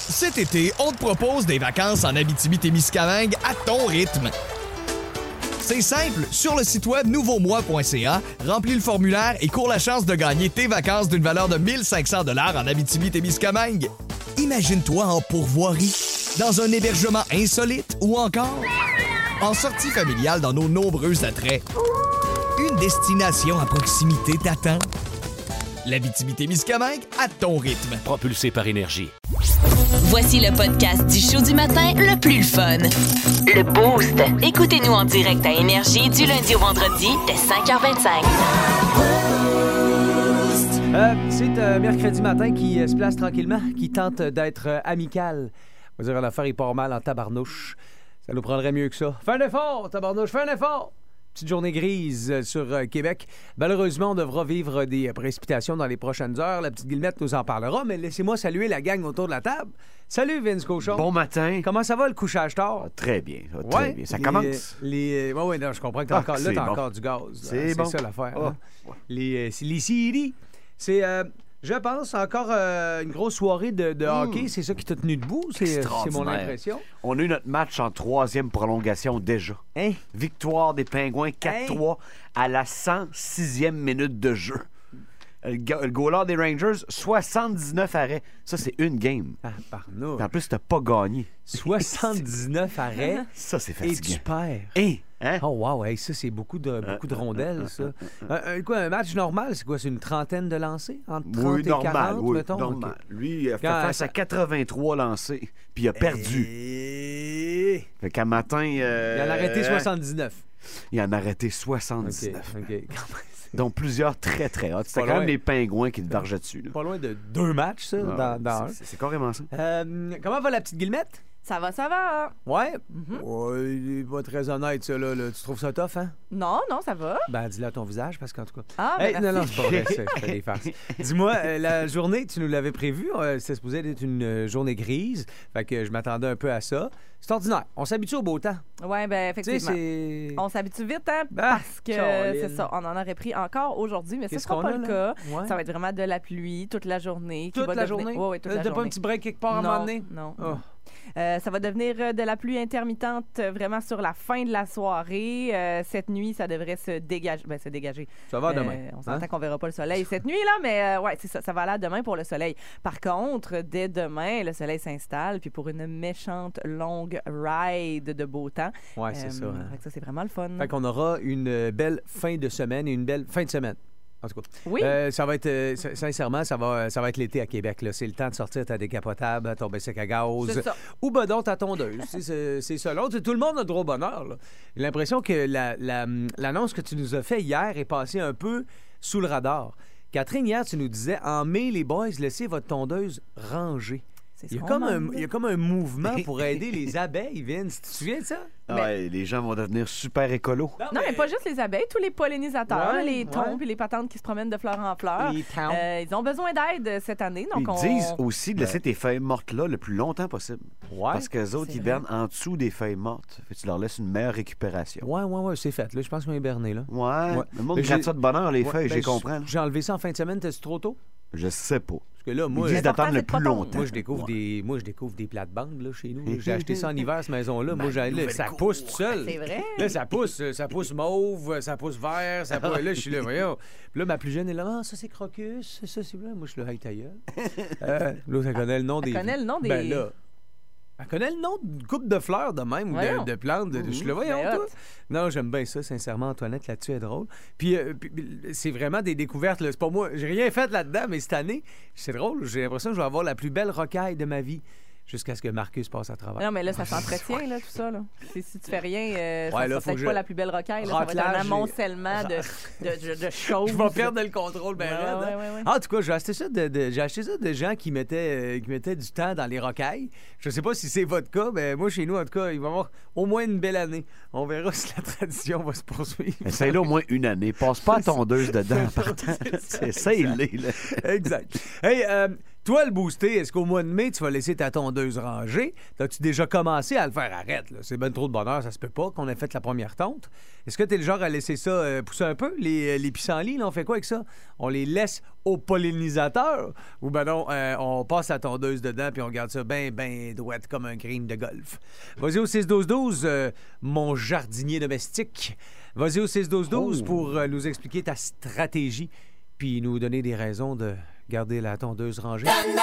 Cet été, on te propose des vacances en Abitibi-Témiscamingue à ton rythme. C'est simple, sur le site web nouveaumois.ca, remplis le formulaire et cours la chance de gagner tes vacances d'une valeur de 1 500 $ en Abitibi-Témiscamingue. Imagine-toi en pourvoirie, dans un hébergement insolite ou encore en sortie familiale dans nos nombreux attraits. Une destination à proximité t'attend. L'Abitibi-Témiscamingue à ton rythme. Propulsé par Énergie. Voici le podcast du show du matin le plus fun. Le Boost. Écoutez-nous en direct à Énergie du lundi au vendredi dès 5h25. C'est mercredi matin qui se place tranquillement, qui tente d'être amical. On va dire l'affaire, il part mal en tabarnouche. Ça nous prendrait mieux que ça. Fais un effort, tabarnouche, fais un effort! Petite journée grise sur Québec. Malheureusement, on devra vivre des précipitations dans les prochaines heures. La petite Guillemette nous en parlera, mais laissez-moi saluer la gang autour de la table. Salut Vince Cochon. Bon matin. Comment ça va le couchage tard? Très bien, très bien. Ça commence. Oui, non, je comprends que t'as encore, là, t'as encore du gaz. C'est bon. Ça l'affaire. Oh, hein? ouais. Les séries. C'est, je pense, encore une grosse soirée de hockey. C'est ça qui t'a tenu debout. C'est mon impression. On a eu notre match en troisième prolongation déjà. Hein? Victoire des Pingouins 4-3 à la 106e minute de jeu. Le goaler des Rangers, 79 arrêts. Ça, c'est une game. Ah, pardon. En plus, t'as pas gagné. 79 arrêts. Ça, c'est Et fatigant. tu perds. Hein? Oh wow, hey, ça c'est beaucoup de rondelles, ça. Un match normal, c'est quoi? C'est une trentaine de lancers? Entre 30 Oui, et normal, 40, oui, mettons? normal. Okay. Lui, il a fait Quand face à 83 lancés, puis il a perdu. Fait qu'à matin... Il en a arrêté 79. Il en a arrêté 79. OK. Donc plusieurs très, très hot. C'était Pas quand loin. même les Pingouins qui te vargeaient dessus. Là. Pas loin de 2 matchs, ça, dans un. C'est carrément ça. Comment va la petite Guillemette? Ça va. Ouais? Ouais, il est pas très honnête, ça, là. Tu trouves ça tough, hein? Non, ça va. Ben, dis-le à ton visage, parce qu'en tout cas... Ah, Hey, ben non, merci. c'est pas vrai, je fais des farces. Dis-moi, la journée, tu nous l'avais prévue, c'était supposé être une journée grise, fait que je m'attendais un peu à ça. C'est ordinaire. On s'habitue au beau temps. Oui, bien, Tu sais, effectivement. c'est... On s'habitue vite, hein, Ah, parce que Caroline. c'est ça, on en aurait pris encore aujourd'hui, mais ce ne Qu'est-ce sera qu'on pas a, le là? cas. Ouais. Ça va être vraiment de la pluie toute la journée. Toute la journée? Oui, toute la T'as journée. pas un petit break quelque part à un moment donné? Non. Oh. Ça va devenir de la pluie intermittente vraiment sur la fin de la soirée. Cette nuit, ça devrait se dégager. Ben, se dégager. Ça va demain. On s'entend Hein? qu'on verra pas le soleil cette nuit, là, mais ouais, c'est ça. Ça va aller à demain pour le soleil. Par contre, dès demain, le soleil s'installe, puis pour une méchante longue ride de beau temps. Ouais, c'est ça. Hein. Fait que ça, c'est vraiment le fun. Fait qu'on aura une belle fin de semaine et une belle fin de semaine. En tout cas. Oui. Ça va être, sincèrement, ça va être l'été à Québec. Là. C'est le temps de sortir ta décapotable, ton bicycle à C'est gaz ça. ou ben donc ta tondeuse. C'est ça. L'autre, tout le monde a droit au bonheur. Là. J'ai l'impression que l'annonce que tu nous as fait hier est passée un peu sous le radar. Catherine, hier, tu nous disais, en mai, les boys, laissez votre tondeuse rangée. C'est Il y, ce a qu'on comme demande. il y a comme un mouvement pour aider les abeilles, Vince. Tu te souviens de ça? Ouais, les gens vont devenir super écolos. Non, mais pas juste les abeilles, tous les pollinisateurs, Ouais, les thons ouais. et les patentes qui se promènent de fleur en fleur. Les towns. Ils ont besoin d'aide cette année. Donc Ils disent aussi de laisser tes feuilles mortes là le plus longtemps possible. Ouais. Parce que les autres, C'est ils vrai. bernent en dessous des feuilles mortes. Fait que tu leur laisses une meilleure récupération. Ouais, c'est fait. Là, je pense qu'on est berné, là. Ouais. Ouais. Le monde Mais gratte j'ai- ça de bonheur, les Ouais, feuilles, ben, j'ai compris. là. J'ai enlevé ça en fin de semaine. T'es-tu trop tôt? Je sais pas. Parce que là, Ils moi, disent L'important, d'attendre le c'est de pas plus tomber. longtemps. moi, je découvre des plates-bandes là, chez nous. là. J'ai acheté ça en hiver, cette maison-là. Moi, là, ça pousse tout seul. C'est vrai. Là, ça pousse mauve, ça pousse vert, ça pousse... Là, je suis là, voyons. Puis là, ma plus jeune est là, ah, ça, c'est crocus, ça, c'est blanc. Moi, je suis là, hey, ta gueule. L'autre, elle connaît le nom des... Elle connaît le nom des- Ben là... Elle connaît le nom d'une coupe de fleurs de même, ou Voyons. de plantes. Je suis là, voyons, Ben, toi. hot. Non, j'aime bien ça, sincèrement. Antoinette, là-dessus, est drôle. Puis c'est vraiment des découvertes. Là. C'est pas moi. J'ai rien fait là-dedans, mais cette année, c'est drôle. J'ai l'impression que je vais avoir la plus belle rocaille de ma vie jusqu'à ce que Marcus passe à travers. Non, mais là, ça s'entretient, là, tout ça. Là. Si tu fais rien, ça là, sera faut peut-être que pas je- la plus belle rocaille. Là, ça va être un Raclage et- amoncellement de choses. Je vais perdre le contrôle, ben Ouais, raide, hein. ouais. En tout cas, j'ai acheté ça de gens qui mettaient du temps dans les rocailles. Je sais pas si c'est votre cas, mais moi, chez nous, en tout cas, il va y avoir au moins une belle année. On verra si la tradition va se poursuivre. Essaye-le au moins une année. Passe pas à tondeuse dedans en partant. Essaye-le, là. Exact. Hey, Toi, le boosté, est-ce qu'au mois de mai, tu vas laisser ta tondeuse rangée? As-tu déjà commencé à le faire? Arrête, là. C'est ben trop de bonheur, ça se peut pas qu'on ait fait la première tonte. Est-ce que t'es le genre à laisser ça pousser un peu? Les pissenlits, là, on fait quoi avec ça? On les laisse aux pollinisateurs? Ou ben non, on passe la tondeuse dedans puis on garde ça bien droite comme un green de golf. Vas-y au 6-12-12, mon jardinier domestique. Vas-y au 6-12-12 pour nous expliquer ta stratégie puis nous donner des raisons de garder la tondeuse rangée.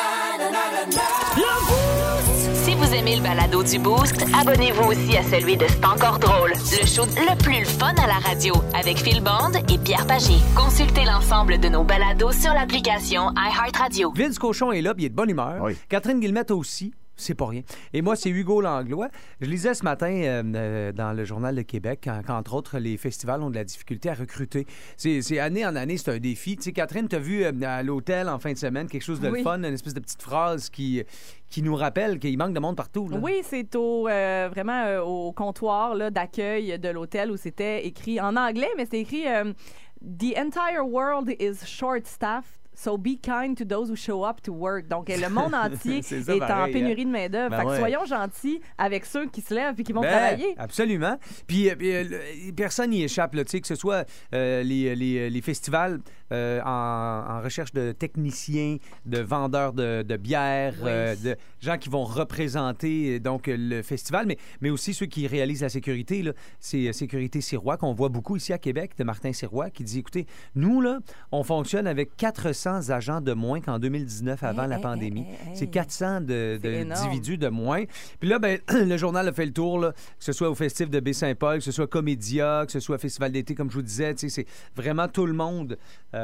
Si vous aimez le balado du Boost, abonnez-vous aussi à celui de C'est encore drôle, le show le plus fun à la radio, avec Phil Bond et Pierre Pagé. Consultez l'ensemble de nos balados sur l'application iHeartRadio. Vince Cochon est là, puis il est de bonne humeur. Oui. Catherine Guillemette aussi. C'est pas rien. Et moi, c'est Hugo Langlois. Je lisais ce matin dans le Journal de Québec qu'entre autres, les festivals ont de la difficulté à recruter. C'est année en année, c'est un défi. Tu sais, Catherine, t'as vu à l'hôtel en fin de semaine quelque chose de le fun, une espèce de petite phrase qui nous rappelle qu'il manque de monde partout. Là. Oui, c'est vraiment au comptoir là, d'accueil de l'hôtel où c'était écrit en anglais, mais c'était écrit The entire world is short-staffed. So be kind to those who show up to work. Donc, le monde entier est en pénurie de main-d'œuvre. Ben fait que ouais. soyons gentils avec ceux qui se lèvent et qui vont travailler. Absolument. Puis, personne n'y échappe, là, tu sais, que ce soit les festivals en recherche de techniciens, de vendeurs de bière, de gens qui vont représenter donc le festival, mais aussi ceux qui réalisent la sécurité. Là, c'est Sécurité Sirois qu'on voit beaucoup ici à Québec, de Martin Sirois, qui dit, écoutez, nous, là, on fonctionne avec 400 agents de moins qu'en 2019, avant la pandémie. C'est 400 d'individus de moins. Puis là, ben, le journal a fait le tour, là, que ce soit au Festif de Baie-Saint-Paul, que ce soit Comédia, que ce soit Festival d'été, comme je vous disais, c'est vraiment tout le monde a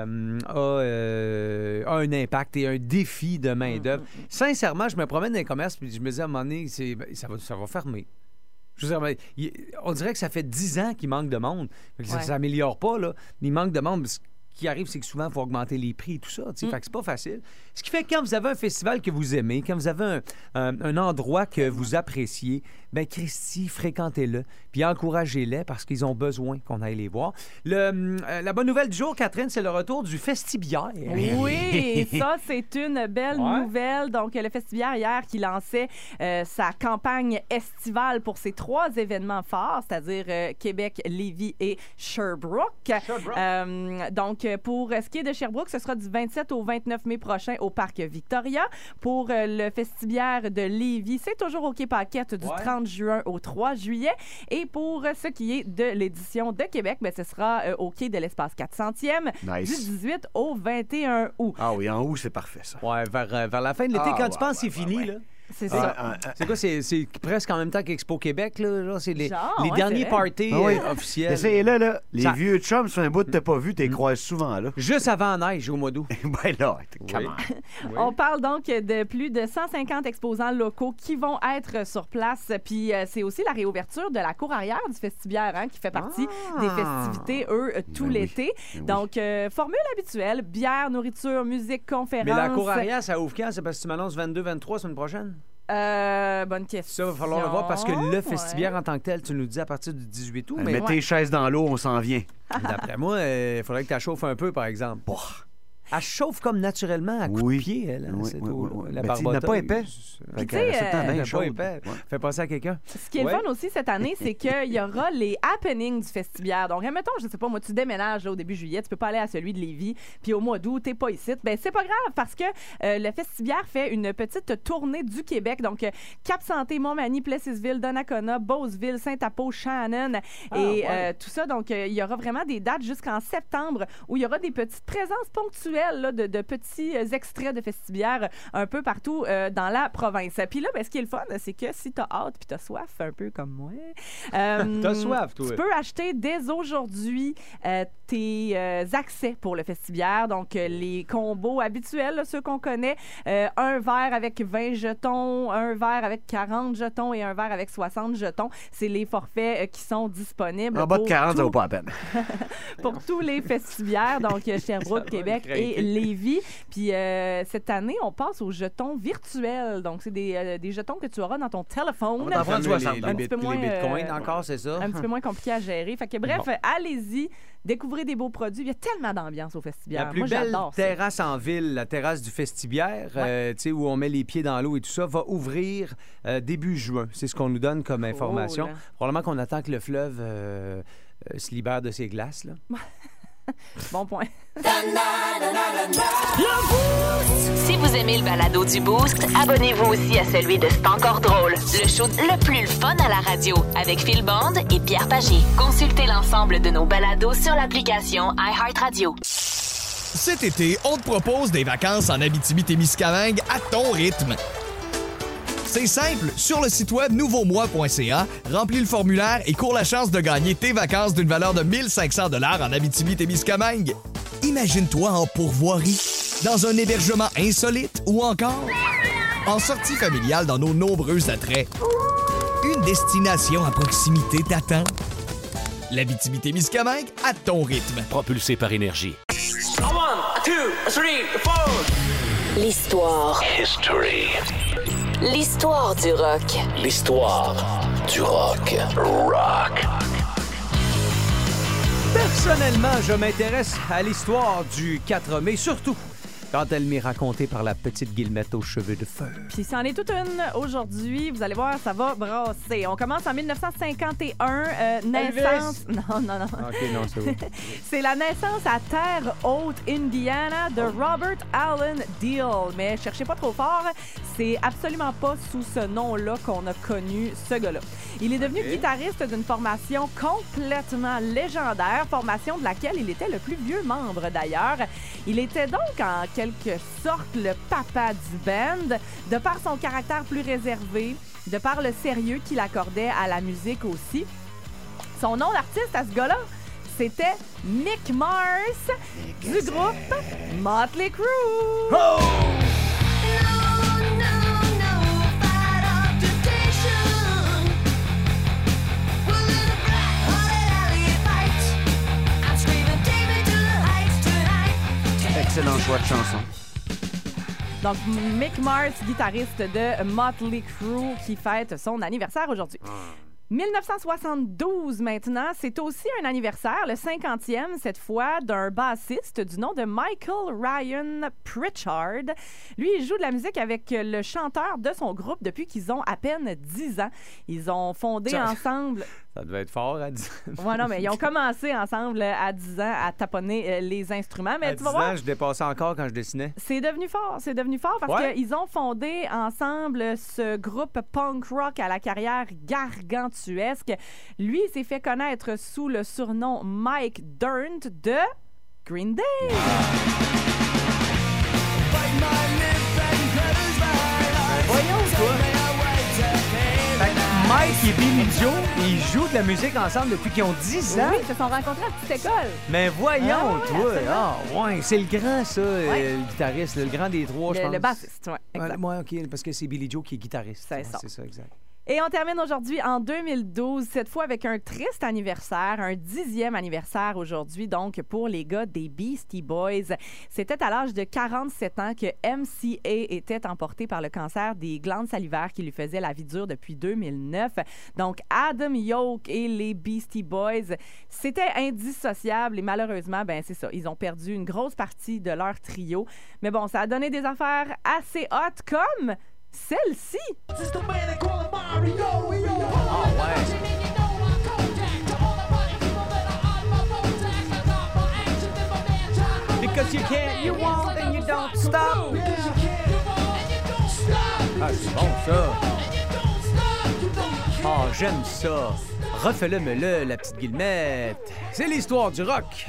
un impact et un défi de main-d'œuvre. Sincèrement, je me promène dans les commerces puis je me dis à un moment donné, ça va fermer. Je veux dire, on dirait que ça fait 10 ans qu'il manque de monde. Ça ne s'améliore pas, là. Il manque de monde. Ce qui arrive, c'est que souvent, il faut augmenter les prix et tout ça. Fait que c'est pas facile. Ce qui fait que quand vous avez un festival que vous aimez, quand vous avez un endroit que vous appréciez, ben Christy, fréquentez-le, puis encouragez-les parce qu'ils ont besoin qu'on aille les voir. La bonne nouvelle du jour, Catherine, c'est le retour du Festibière. Oui, ça, c'est une belle nouvelle. Donc, le Festibière, hier, qui lançait sa campagne estivale pour ses 3 événements forts, c'est-à-dire Québec, Lévis et Sherbrooke. Donc, pour ce qui est de Sherbrooke, ce sera du 27 au 29 mai prochain au Parc Victoria. Pour le Festibière de Lévis, c'est toujours au Quai Paquette du 30 juin au 3 juillet. Et pour ce qui est de l'édition de Québec, ben, ce sera au Quai de l'Espace 400e du 18 au 21 août. Ah oui, en août, c'est parfait, ça. Ouais, vers la fin de l'été, quand tu penses c'est fini, là. C'est ça. C'est quoi? C'est presque en même temps qu'Expo Québec, là. Genre, c'est les derniers c'est parties officiels. Essayez-le, là. Les vieux chums, sur un bout de t'as pas vu, t'es croises souvent, là. Juste avant la neige, au mois d'août. Ben là, comment? On parle donc de plus de 150 exposants locaux qui vont être sur place. Puis c'est aussi la réouverture de la cour arrière du Festibière, hein, qui fait partie des festivités, tout l'été. Donc, formule habituelle, bière, nourriture, musique, conférences. Mais la cour arrière, ça ouvre quand? C'est parce que tu m'annonces 22-23 semaine prochaine? Bonne question. Ça, va falloir le voir parce que le Festibière en tant que tel, tu nous dis à partir du 18 août. Mais Mets tes chaises dans l'eau, on s'en vient. d'après moi, il faudrait que tu la chauffes un peu, par exemple. Elle chauffe comme naturellement à coups de pied, elle. La il n'a pas épais. Puis tu sais, pas épais. Fait passer à quelqu'un. Ce qui est le fun aussi cette année, c'est qu'il y aura les happenings du Festibière. Donc, admettons, je sais pas, moi, tu déménages là, au début juillet, tu peux pas aller à celui de Lévis, puis au mois d'août, t'es pas ici. Ben c'est pas grave parce que le Festibière fait une petite tournée du Québec. Donc, Cap-Santé, Montmagny, Plessisville, Donnacona, Beauceville, Saint-Apo, Shannon et tout ça. Donc, il y aura vraiment des dates jusqu'en septembre où il y aura des petites présences ponctuelles là, de petits extraits de Festibière un peu partout dans la province. Puis là, ben, ce qui est le fun, c'est que si t'as hâte puis t'as soif, un peu comme moi... t'as soif, toi? Tu peux acheter dès aujourd'hui tes accès pour le Festibière. Donc, les combos habituels, là, ceux qu'on connaît. Un verre avec 20 jetons, un verre avec 40 jetons et un verre avec 60 jetons. C'est les forfaits qui sont disponibles. En bas de 40, ça vaut pas la peine. Pour tous les Festibières, donc Sherbrooke, Québec et Lévis. Puis cette année, on passe aux jetons virtuels. Donc, c'est c'est des jetons que tu auras dans ton téléphone. On va t'en prendre 60. Un petit peu moins, les bitcoins encore, c'est ça? Un petit peu moins compliqué à gérer. Fait que bref, allez-y, découvrez des beaux produits. Il y a tellement d'ambiance au Festibiaire. La plus Moi, belle j'adore ça. terrasse en ville, la terrasse du Festibiaire, où on met les pieds dans l'eau et tout ça, va ouvrir début juin. C'est ce qu'on nous donne comme information. Là. Probablement qu'on attend que le fleuve se libère de ses glaces. Là. Bon point. Si vous aimez le balado du Boost, abonnez-vous aussi à celui de C'est encore drôle, le show le plus fun à la radio, avec Phil Bond et Pierre Pagé. Consultez l'ensemble de nos balados sur l'application iHeartRadio. Cet été, on te propose des vacances en Abitibi-Témiscamingue à ton rythme. C'est simple, sur le site web nouveaumois.ca, remplis le formulaire et cours la chance de gagner tes vacances d'une valeur de 1 500 $ en Abitibi-Témiscamingue. Imagine-toi en pourvoirie, dans un hébergement insolite ou encore en sortie familiale dans nos nombreux attraits. Une destination à proximité t'attend. L'Abitibi-Témiscamingue à ton rythme. Propulsé par Énergie. 1, 2, 3, 4. L'histoire. History. L'histoire du rock. L'histoire du rock. Rock. Personnellement, je m'intéresse à l'histoire du 4 mai, surtout quand elle m'est racontée par la petite Guillemette aux cheveux de feu. Puis c'en est toute une aujourd'hui. Vous allez voir, ça va brasser. On commence en 1951. Naissance... Non. OK, non, c'est bon. C'est la naissance à Terre Haute, Indiana, de Robert Allen Deal. Mais cherchez pas trop fort, c'est absolument pas sous ce nom-là qu'on a connu ce gars-là. Il est devenu guitariste d'une formation complètement légendaire, formation de laquelle il était le plus vieux membre d'ailleurs. Il était donc en quelque sorte le papa du band, de par son caractère plus réservé, de par le sérieux qu'il accordait à la musique aussi. Son nom d'artiste à ce gars-là, c'était Mick Mars du groupe Motley Crue. Oh! Excellent choix de chanson. Donc, Mick Mars, guitariste de Motley Crue, qui fête son anniversaire aujourd'hui. 1972 maintenant, c'est aussi un anniversaire, le 50e cette fois, d'un bassiste du nom de Michael Ryan Pritchard. Lui, il joue de la musique avec le chanteur de son groupe depuis qu'ils ont à peine 10 ans. Ils ont fondé ensemble... Ça devait être fort à 10 ans. Ouais, non, mais ils ont commencé ensemble à 10 ans à taponner les instruments. Mais à tu vas 10 voir, ans, je dépassais encore quand je dessinais. c'est devenu fort parce qu'ils ont fondé ensemble ce groupe punk rock à la carrière gargantuesque. Lui, il s'est fait connaître sous le surnom Mike Dirnt de Green Day. Voyons, toi! Mike et Billy Joe, ils jouent de la musique ensemble depuis qu'ils ont 10 ans. Oui, ils se sont rencontrés à la petite école. Mais voyons, Ah ouais, toi! absolument. Ah, ouais, c'est le grand, ça, le guitariste, le grand des trois, je pense. Le bassiste, oui. Exact. Ouais, OK, parce que c'est Billy Joe qui est guitariste. C'est Ouais, ça. C'est ça, exact. Et on termine aujourd'hui en 2012, cette fois avec un triste anniversaire, un 10e anniversaire aujourd'hui, donc pour les gars des Beastie Boys. C'était à l'âge de 47 ans que MCA était emporté par le cancer des glandes salivaires qui lui faisait la vie dure depuis 2009. Donc Adam Yauch et les Beastie Boys, c'était indissociable et malheureusement, ben c'est ça, ils ont perdu une grosse partie de leur trio. Mais bon, ça a donné des affaires assez hot comme celle-ci. Because you can't, you won't, and you don't stop. Ah, c'est bon, ça. Oh, j'aime ça. Refais-le-me-le, la petite Guillemette. C'est l'histoire du rock.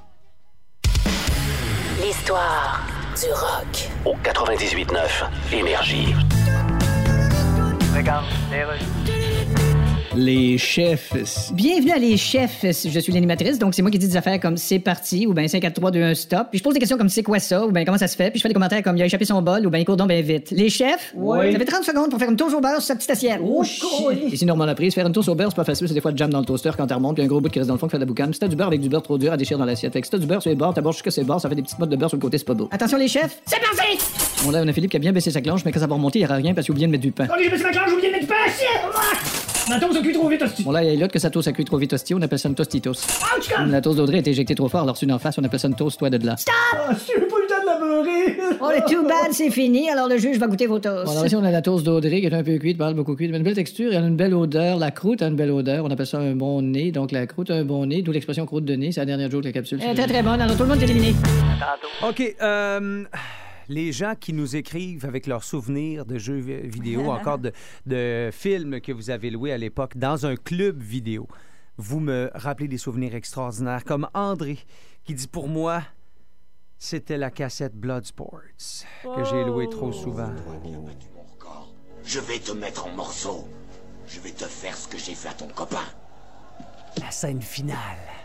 L'histoire du rock. Au 98.9 Énergie. Regarde, les rues. Les chefs. Bienvenue à Les Chefs. Je suis l'animatrice, donc c'est moi qui dis des affaires comme c'est parti, ou bien 5, 4, 3, 2, 1, stop. Puis je pose des questions comme c'est quoi ça, ou bien comment ça se fait, puis je fais des commentaires comme il a échappé son bol, ou bien il court donc bien vite. Les chefs, Oui. ça fait 30 secondes pour faire une toast au beurre sur sa petite assiette. Oh, Et si Normand l'a prise, faire une toast au beurre, c'est pas facile, c'est des fois de jam dans le toaster quand t'as remonte, puis un gros bout qui reste dans le fond qui fait de la boucane. Si t'as du beurre avec du beurre trop dur à déchirer dans l'assiette. Fait que si t'as du beurre sur les bords, t'abordes jusqu'à ses bords, ça fait des petites mottes de beurre sur le côté, c'est pas beau. Attention les chefs, c'est parti! Bon là, on a Philippe qui a bien baissé sa clenche, mais quand ça va remonter, il y aura rien parce qu'il a oublié de mettre du pain. Oh, j'ai baissé ma clenche, j'ai oublié de mettre du pain, shit! Ma toast a cuit trop vite, hostie. Bon là, il y a l'autre que sa toast a cuit trop vite hostie, on appelle ça une tostitos. La toast d'Audrey est éjectée trop fort, alors une en face, on appelle ça une toast toi de là. Ah, j'ai pas eu le temps de la beurrer. Oh, le too bad, c'est fini, alors le juge va goûter vos toasts. Bon, alors ici, on a la toast d'Audrey qui est un peu cuite, pas beaucoup cuite, mais une belle texture, elle a une belle odeur. La croûte a une belle odeur, on appelle ça un bon nez. Donc la croûte a un bon nez, d'où l'expression croûte de nez, c'est la dernière joke de la capsule. Très très bonne, alors tout le monde est éliminé. OK, les gens qui nous écrivent avec leurs souvenirs de jeux vidéo, encore de films que vous avez loués à l'époque dans un club vidéo, vous me rappelez des souvenirs extraordinaires, comme André qui dit pour moi, c'était la cassette Bloodsports que j'ai louée trop souvent. Je vais te mettre en morceaux. Je vais te faire ce que j'ai fait à ton copain. La scène finale.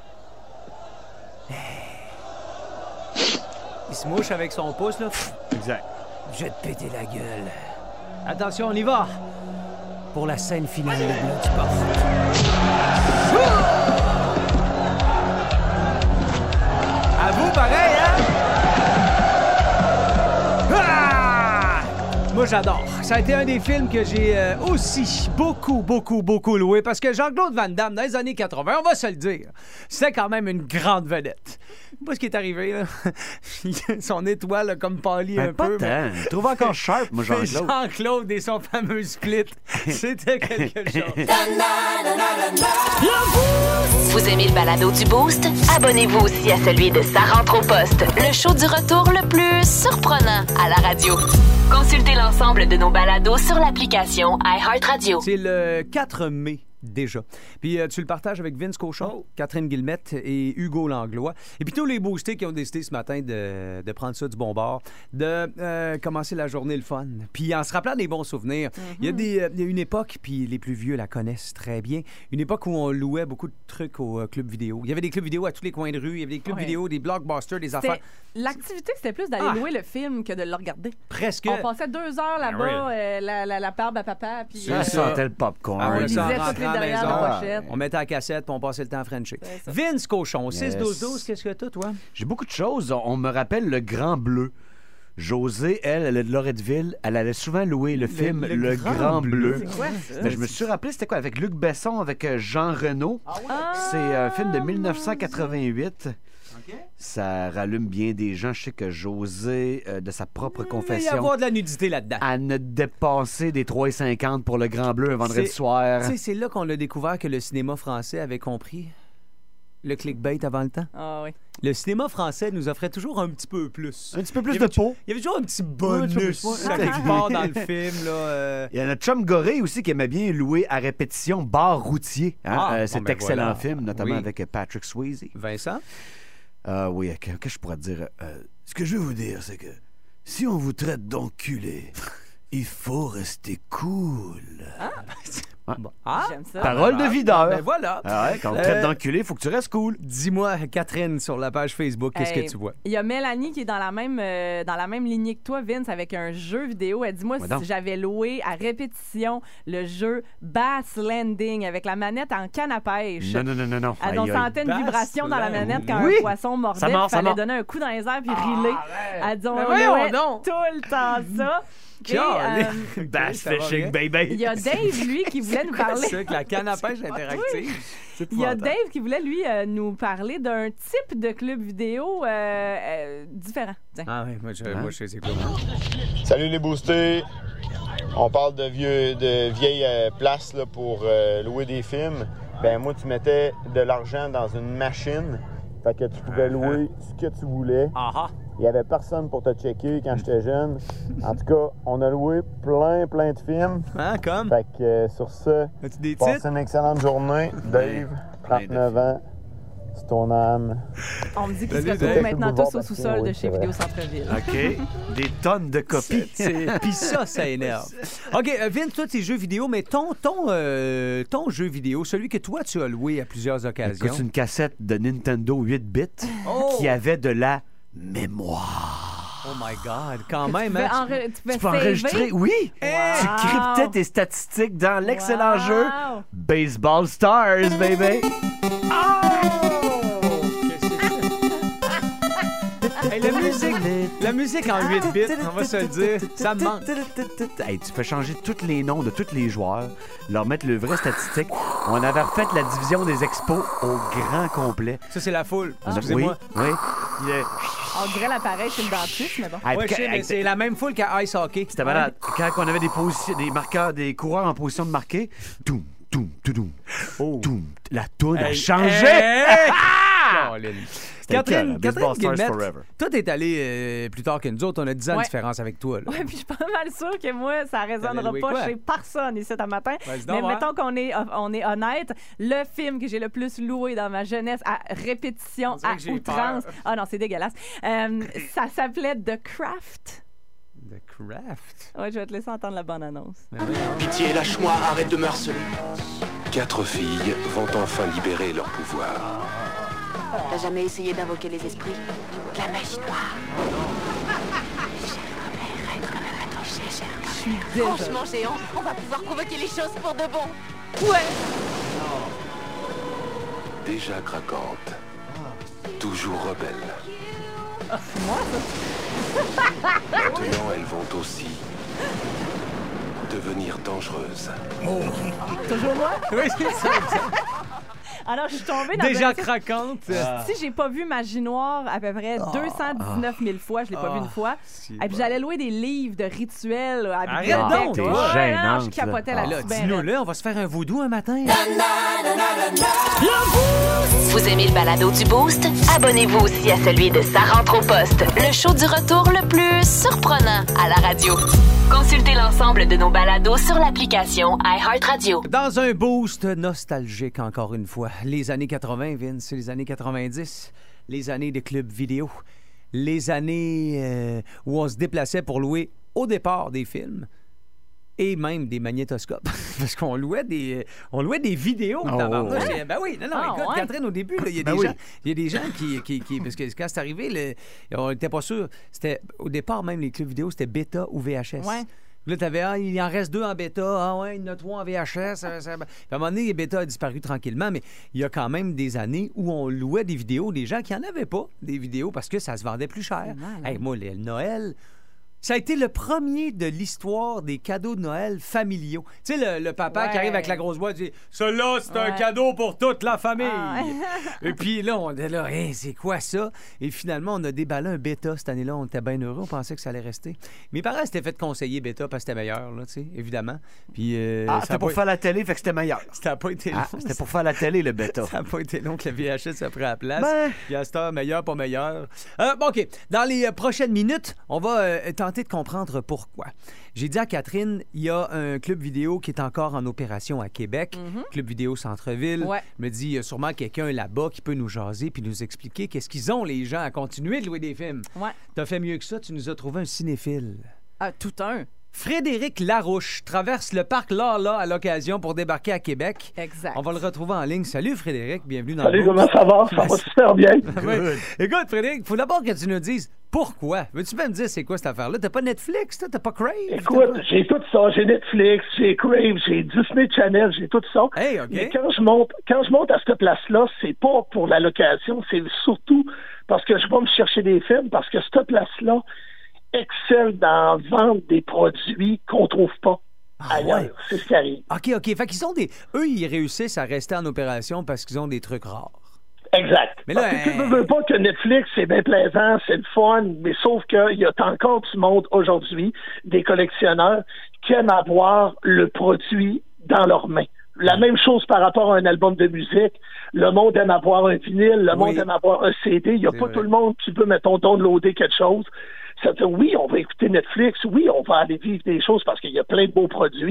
Il se mouche avec son pouce, là. Exact. Je vais te péter la gueule. Attention, on y va. Pour la scène finale de Bloodsport. À vous, pareil, hein? Ah! Moi, j'adore. Ça a été un des films que j'ai aussi beaucoup loué parce que Jean-Claude Van Damme, dans les années 80, on va se le dire, c'était quand même une grande vedette. Pas ce qui est arrivé, là. Son étoile a comme pâli un Pas peu. tant. Je trouve encore sharp, moi, Jean-Claude. Jean-Claude et son fameux split, c'était quelque chose. Vous aimez le balado du Boost? Abonnez-vous aussi à celui de Sa rentre au poste, le show du retour le plus surprenant à la radio. Consultez l'ensemble de nos balados sur l'application iHeartRadio. C'est le 4 mai. Déjà. Puis tu le partages avec Vince Cochon, Catherine Guillemette et Hugo Langlois. Et puis tous les boostés qui ont décidé ce matin de prendre ça du bon bord, de commencer la journée le fun. Puis en se rappelant des bons souvenirs, il y a une époque, puis les plus vieux la connaissent très bien, une époque où on louait beaucoup de trucs au club vidéo. Il y avait des clubs vidéo à tous les coins de rue, il y avait des clubs vidéo, des blockbusters, des affaires. L'activité, c'était plus d'aller louer le film que de le regarder. Presque. On passait 2 heures là-bas, la barbe à papa, puis... Ça sentait le popcorn. Ah, on lisait toutes les derrière la pochette. On mettait la cassette puis on passait le temps à frencher. Vince Cochon, 6-12-12, qu'est-ce que t'as, toi? J'ai beaucoup de choses. On me rappelle Le Grand Bleu. Josée, elle est de Loretteville. Elle allait souvent louer le film Le Grand Bleu. C'est quoi, ça? Mais je me suis rappelé, c'était quoi? Avec Luc Besson, avec Jean Reno. C'est un film de 1988. Ça rallume bien des gens. Je sais que Josée, de sa propre confession... Il va y avoir de la nudité là-dedans. À ne dépenser des 3,50 pour Le Grand Bleu un vendredi soir. C'est là qu'on a découvert que le cinéma français avait compris le clickbait avant le temps. Ah oui. Le cinéma français nous offrait toujours un petit peu plus. Un petit peu plus de peau. Il y avait toujours un petit bonus à quelque part dans le film. Là, Il y a notre chum Gorée aussi qui aimait bien louer à répétition Bar routier. Hein? Cet excellent film, notamment avec Patrick Swayze. Vincent? Oui, qu'est-ce que je pourrais te dire? Ce que je veux vous dire, c'est que si on vous traite d'enculé, il faut rester cool. J'aime ça. Parole de videur. Ben voilà. Quand on te traite d'enculé, il faut que tu restes cool. Dis-moi, Catherine, sur la page Facebook, qu'est-ce que tu vois? Il y a Mélanie qui est dans la même lignée que toi, Vince, avec un jeu vidéo. Elle dit, moi, si j'avais loué à répétition le jeu Bass Landing avec la manette en canne à pêche. Non. On sentait une vibration dans la manette quand un poisson mordait. Il fallait donner un coup dans les airs puis riler. Elle dit, on louait tout le temps ça. Bass fishing, baby. Il y a Dave, lui, qui voulait nous parler. C'est ça, que la canne à pêche interactive. Il y a Dave qui voulait, lui, nous parler d'un type de club vidéo différent. Tiens. Ah oui, moi, je sais c'est quoi. Salut les boostés. On parle de vieilles places là, pour louer des films. Ben moi, tu mettais de l'argent dans une machine. Fait que tu pouvais louer ce que tu voulais. Il n'y avait personne pour te checker quand j'étais jeune. En tout cas, on a loué plein de films. Comme? Fait que sur ce, passez une excellente journée. Dave, 39 ans, C'est ton âme. On me dit qu'ils se retrouvent maintenant tous au sous-sol de chez Vidéo Centre-Ville. OK. Des tonnes de copies. Puis ça énerve. OK, Vince, toi, tes jeux vidéo, mais ton jeu vidéo, celui que toi, tu as loué à plusieurs occasions. C'est une cassette de Nintendo 8-bits qui avait de la mémoire. Oh my God, quand même, hein? Tu peux enregistrer, oui! Wow. Tu cryptais tes statistiques dans l'excellent jeu Baseball Stars, baby! Hey, la musique en 8 bits, on va se le dire, ça me manque. Hey, tu peux changer tous les noms de tous les joueurs, leur mettre le vrai statistique. On avait refait la division des expos au grand complet. Ça, c'est la foule. Excusez-moi. Oui. On dirait l'appareil chez le dentiste, mais bon. Ouais, mais c'est la même foule qu'à Ice Hockey. C'était malade. Quand on avait des marqueurs, des coureurs en position de marquer, la toune a changé. Catherine Guillemette, toi, t'es allée plus tard que nous autres. On a 10 ans de différence avec toi. Oui, puis je suis pas mal sûre que moi, ça résonnera pas chez personne ici ce matin. Mais mettons qu'on est honnête, le film que j'ai le plus loué dans ma jeunesse à répétition, à outrance... Ah non, c'est dégueulasse. Ça s'appelait The Craft. The Craft? Oui, je vais te laisser entendre la bande-annonce. Pitié, lâche-moi, arrête de me harceler. 4 filles vont enfin libérer leur pouvoir. T'as jamais essayé d'invoquer les esprits? La magie noire. Franchement, géant, on va pouvoir convoquer les choses pour de bon. Ouais. Déjà craquante. Toujours rebelle. Moi, ça. Maintenant, elles vont aussi devenir dangereuses. Toujours moi? Oui, c'est ça. Alors, je suis tombée dans déjà craquante. Si j'ai pas vu Magie Noire à peu près 219 000 fois, je l'ai pas vu une fois. Et puis j'allais louer des livres de rituels à la bibliothèque. Arrête donc, t'es gênante. Je capotais là-dessus. Dis-nous-le, on va se faire un vaudou un matin. Vous aimez le balado du Boost? Abonnez-vous aussi à celui de Sa rentre au poste, le show du retour le plus surprenant à la radio. Consultez l'ensemble de nos balados sur l'application iHeartRadio. Dans un boost nostalgique, encore une fois. Les années 80, Vince, les années 90, les années des clubs vidéo, les années où on se déplaçait pour louer au départ des films et même des magnétoscopes. Parce qu'on louait des vidéos. Ben oui, non, écoute, Catherine, au début, il y a des gens qui parce que quand c'est arrivé, on n'était pas sûr. C'était, au départ, même les clubs vidéo, c'était bêta ou VHS. Ouais. Là, t'avais, il en reste 2 en bêta. Il y en a 3 en VHS. Puis à un moment donné, les bêta a disparu tranquillement, mais il y a quand même des années où on louait des vidéos, des gens qui n'en avaient pas, des vidéos, parce que ça se vendait plus cher. Moi, le Noël... Ça a été le premier de l'histoire des cadeaux de Noël familiaux. Tu sais, le papa qui arrive avec la grosse boîte et dit « Celui-là, c'est un cadeau pour toute la famille! Et puis là, on était là « Hey, c'est quoi ça? » Et finalement, on a déballé un bêta cette année-là. On était bien heureux. On pensait que ça allait rester. Mes parents s'étaient fait conseiller bêta parce que c'était meilleur, là, tu sais, évidemment. Puis, c'était pour faire la télé, fait que c'était meilleur. Ça n'a pas été long. C'était pour faire la télé, le bêta. Ça n'a pas été long que le VHS a pris la place. Puis à cette heure, meilleur, pas meilleur. Bon, OK. Dans les prochaines minutes, on va tenter de comprendre pourquoi. J'ai dit à Catherine, il y a un club vidéo qui est encore en opération à Québec, Club vidéo Centre-Ville. Je me dis, il y a sûrement quelqu'un là-bas qui peut nous jaser puis nous expliquer qu'est-ce qu'ils ont, les gens, à continuer de louer des films. T'as fait mieux que ça, tu nous as trouvé un cinéphile. Tout un. Frédéric Larouche traverse le parc Lala à l'occasion pour débarquer à Québec. Exact. On va le retrouver en ligne. Salut Frédéric, bienvenue dans Salut, comment ça va? Ça va super bien. Écoute Frédéric, il faut d'abord que tu nous dises pourquoi. Veux-tu même me dire c'est quoi cette affaire-là? T'as pas Netflix, t'as pas Crave? Écoute, j'ai tout ça. J'ai Netflix, j'ai Crave, j'ai Disney Channel, j'ai tout ça. Hey, OK. Mais quand je monte à cette place-là, c'est pas pour la location, c'est surtout parce que je vais me chercher des films, parce que cette place-là excelle dans vendre des produits qu'on trouve pas ailleurs. Ouais. C'est ce qui arrive. OK. Fait qu'ils ont eux, ils réussissent à rester en opération parce qu'ils ont des trucs rares. Exact. Mais là, tu ne veux pas que Netflix, c'est bien plaisant, c'est le fun, mais sauf qu'il y a encore du monde aujourd'hui, des collectionneurs, qui aiment avoir le produit dans leurs mains. La même chose par rapport à un album de musique. Le monde aime avoir un vinyle, le monde aime avoir un CD. Il n'y a pas tout le monde qui peut, mettons, downloader quelque chose. Ça veut dire, oui, on va écouter Netflix, oui, on va aller vivre des choses parce qu'il y a plein de beaux produits,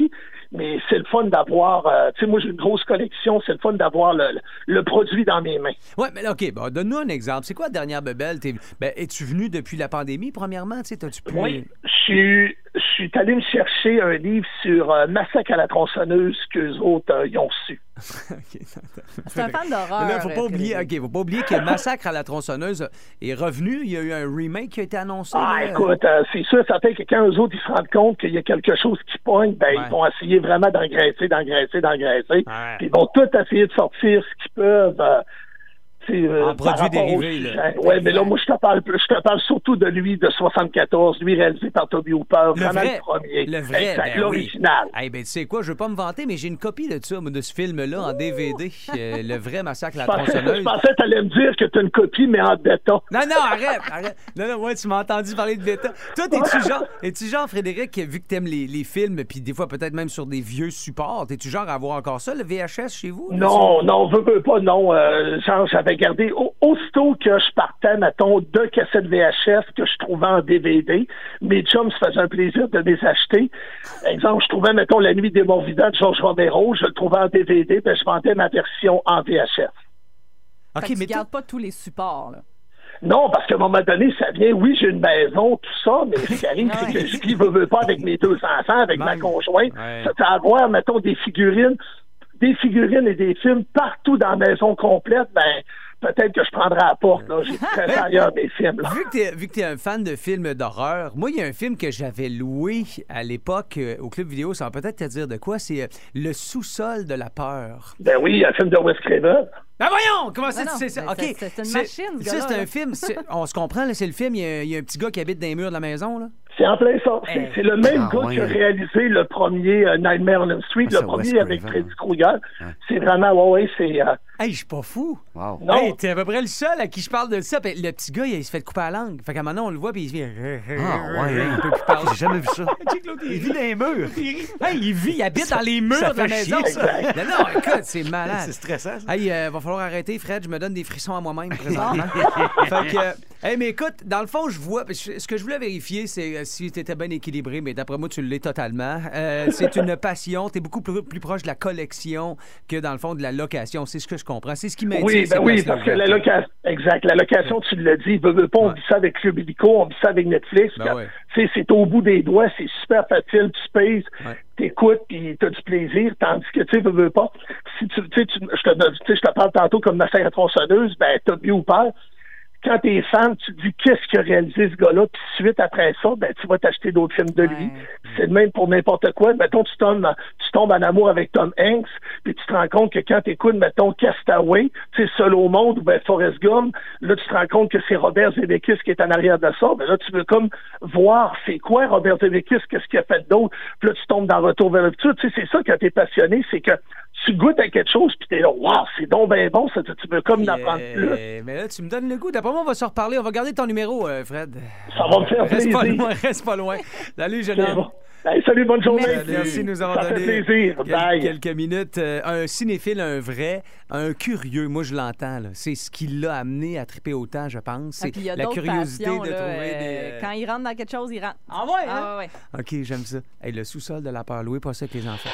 mais c'est le fun d'avoir... tu sais, moi, j'ai une grosse collection. C'est le fun d'avoir le produit dans mes mains. Ouais, mais là, OK, bon, donne-nous un exemple. C'est quoi la dernière bebelle? Es-tu venu depuis la pandémie, premièrement? T'as-tu pu... Oui, je suis allé me chercher un livre sur Massacre à la tronçonneuse qu'eux autres, ils ont reçu. C'est un fan d'horreur. Là, faut pas oublier que Massacre à la tronçonneuse est revenu. Il y a eu un remake qui a été annoncé. Écoute, c'est sûr, certain que quand eux autres, ils se rendent compte qu'il y a quelque chose qui pogne, ils vont essayer vraiment d'engraisser. Ouais. Puis ils vont tout essayer de sortir ce qu'ils peuvent... en produits dérivés. Oui, mais là, moi, je te parle surtout de lui, de 74, lui réalisé par Toby Hooper, vraiment le premier. Le vrai, exact, l'original. Oui. Tu sais quoi, je veux pas me vanter, mais j'ai une copie de ça, de ce film-là, en DVD, le vrai Massacre à la tronçonneuse. Je pensais que tu allais me dire que tu as une copie, mais en bêta. Non, arrête. Non, ouais, tu m'as entendu parler de bêta. Toi, es-tu genre, Frédéric, vu que t'aimes les films, puis des fois peut-être même sur des vieux supports, es-tu genre à avoir encore ça, le VHS chez vous? Non, veux pas, non. Genre, j'avais gardé, aussitôt que je partais, mettons, 2 cassettes VHS que je trouvais en DVD, mes chums se faisaient un plaisir de les acheter. Exemple, je trouvais, mettons, La Nuit des morts vivants de Georges Romero, je le trouvais en DVD, puis je vendais ma version en VHS. OK, mais tu gardes pas tous les supports, là. Non, parce qu'à un moment donné, ça vient, oui, j'ai une maison, tout ça, mais ce qui arrive, c'est que je veux pas avec mes 2 enfants, avec ma conjointe. Ça fait avoir, mettons, des figurines et des films partout dans la maison complète, peut-être que je prendrai à la porte, là. J'ai très ailleurs des films, là. Vu que t'es un fan de films d'horreur, moi, il y a un film que j'avais loué à l'époque au club vidéo, ça va peut-être te dire de quoi, c'est Le sous-sol de la peur. Ben oui, un film de Wes Craven. Ben voyons! Comment ça, tu sais ça? OK. C'est une machine, ce gars-là. C'est un film, on se comprend, là, c'est le film, il y a un petit gars qui habite dans les murs de la maison, là. C'est en plein ça. C'est le même gars qui a réalisé le premier Nightmare on Elm Street, le premier avec Freddy Krueger. C'est vraiment, c'est... Hey, je suis pas fou. Wow. Non. Hey, t'es à peu près le seul à qui je parle de ça. Puis le petit gars, il se fait couper la langue. Fait qu'à un moment donné, on le voit, puis il se fait... Il peut plus parler. J'ai jamais vu ça. Il vit dans les murs. Hey, il habite dans les murs de la maison. Non, écoute, c'est malade. C'est stressant, ça. Hey, va falloir arrêter, Fred. Je me donne des frissons à moi-même présentement. Fait que... Hey, mais écoute, dans le fond, je vois... Ce que je voulais vérifier, c'est si t'étais bien équilibré, mais d'après moi, tu l'es totalement. C'est une passion. T'es beaucoup plus proche de la collection que, dans le fond, de la location. C'est ce que je comprends. C'est ce qui m'intéresse. Oui, parce que la location, tu l'as dit, on vit ça avec Club Illico, on vit ça avec Netflix. C'est au bout des doigts, c'est super facile, tu payes, t'écoutes, puis t'as du plaisir, tandis que, tu sais, veux pas. Si je te parle tantôt comme Massacre à la tronçonneuse, t'as bien ou peur. Quand t'es fan, tu te dis qu'est-ce qu'il a réalisé ce gars-là, puis suite après ça, tu vas t'acheter d'autres films de lui. C'est le même pour n'importe quoi. Mettons, tu tombes en amour avec Tom Hanks, puis tu te rends compte que quand t'écoutes, mettons, Castaway, tu sais, Seul au monde, ou Forrest Gump, là, tu te rends compte que c'est Robert Zemeckis qui est en arrière de ça. Là, tu veux comme voir c'est quoi Robert Zemeckis, qu'est-ce qu'il a fait d'autre, puis là, tu tombes dans Retour vers le futur. Tu sais, c'est ça quand t'es passionné, c'est que tu goûtes à quelque chose, puis t'es là, waouh, c'est donc bien bon, ça, tu veux comme en apprendre plus. Mais là, tu me donnes le goût. D'après moi, on va se reparler. On va garder ton numéro, Fred. Ça va me faire plaisir. Reste pas loin. Salut, jeune homme. Bon. Hey, salut, bonne journée. Merci de nous avoir donné quelques minutes. Un cinéphile, un vrai, un curieux. Moi, je l'entends. Là. C'est ce qui l'a amené à triper autant, je pense. C'est la curiosité passions, de trouver des... Quand il rentre dans quelque chose, il rentre. Ah ouais? Ah ouais. OK, j'aime ça. Hey, le sous-sol de la peur. Louez pas ça avec les enfants.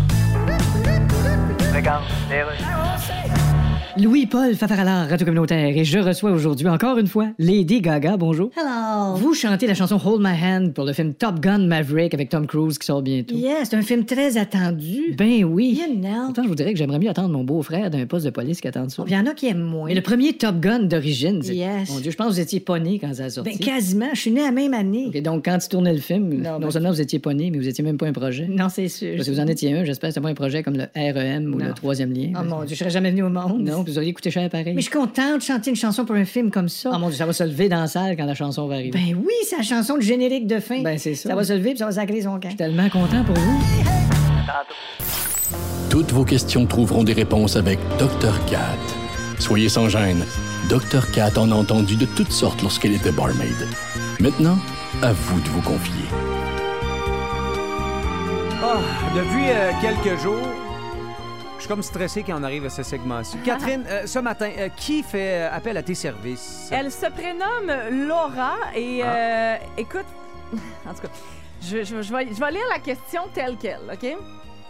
Regarde, Louis-Paul Fafaralard, Radio Communautaire, et je reçois aujourd'hui encore une fois Lady Gaga, bonjour. Hello. Vous chantez la chanson Hold My Hand pour le film Top Gun Maverick avec Tom Cruise qui sort bientôt. Yeah, c'est un film très attendu. Ben oui. You know. Pourtant, je vous dirais que j'aimerais mieux attendre mon beau-frère d'un poste de police qu'attendre ça. Il y en a qui aiment moins. Mais le premier Top Gun d'origine, c'est... Yes. Mon Dieu, je pense que vous étiez pas né quand ça a sorti. Ben quasiment, je suis né la même année. Et donc, quand tu tournais le film, non seulement vous étiez pas né, mais vous étiez même pas un projet. Non, c'est sûr. Parce que vous en étiez un, j'espère que c'était pas un projet comme le REM ou le troisième lien. Oh mon Dieu, je serais jamais venu au monde. Non, puis vous auriez coûté cher pareil. Mais je suis contente de chanter une chanson pour un film comme ça. Oh mon Dieu, ça va se lever dans la salle quand la chanson va arriver. Ben oui, c'est la chanson de générique de fin. Ben c'est ça. Ça va se lever puis ça va sacrer son camp. Je suis tellement content pour vous. Toutes vos questions trouveront des réponses avec Dr. Cat. Soyez sans gêne. Dr. Cat en a entendu de toutes sortes lorsqu'elle était barmaid. Maintenant, à vous de vous confier. Depuis quelques jours, je suis comme stressé quand on arrive à ce segment-ci. Catherine, ce matin, qui fait appel à tes services? Elle se prénomme Laura et écoute, en tout cas, je vais lire la question telle qu'elle, OK?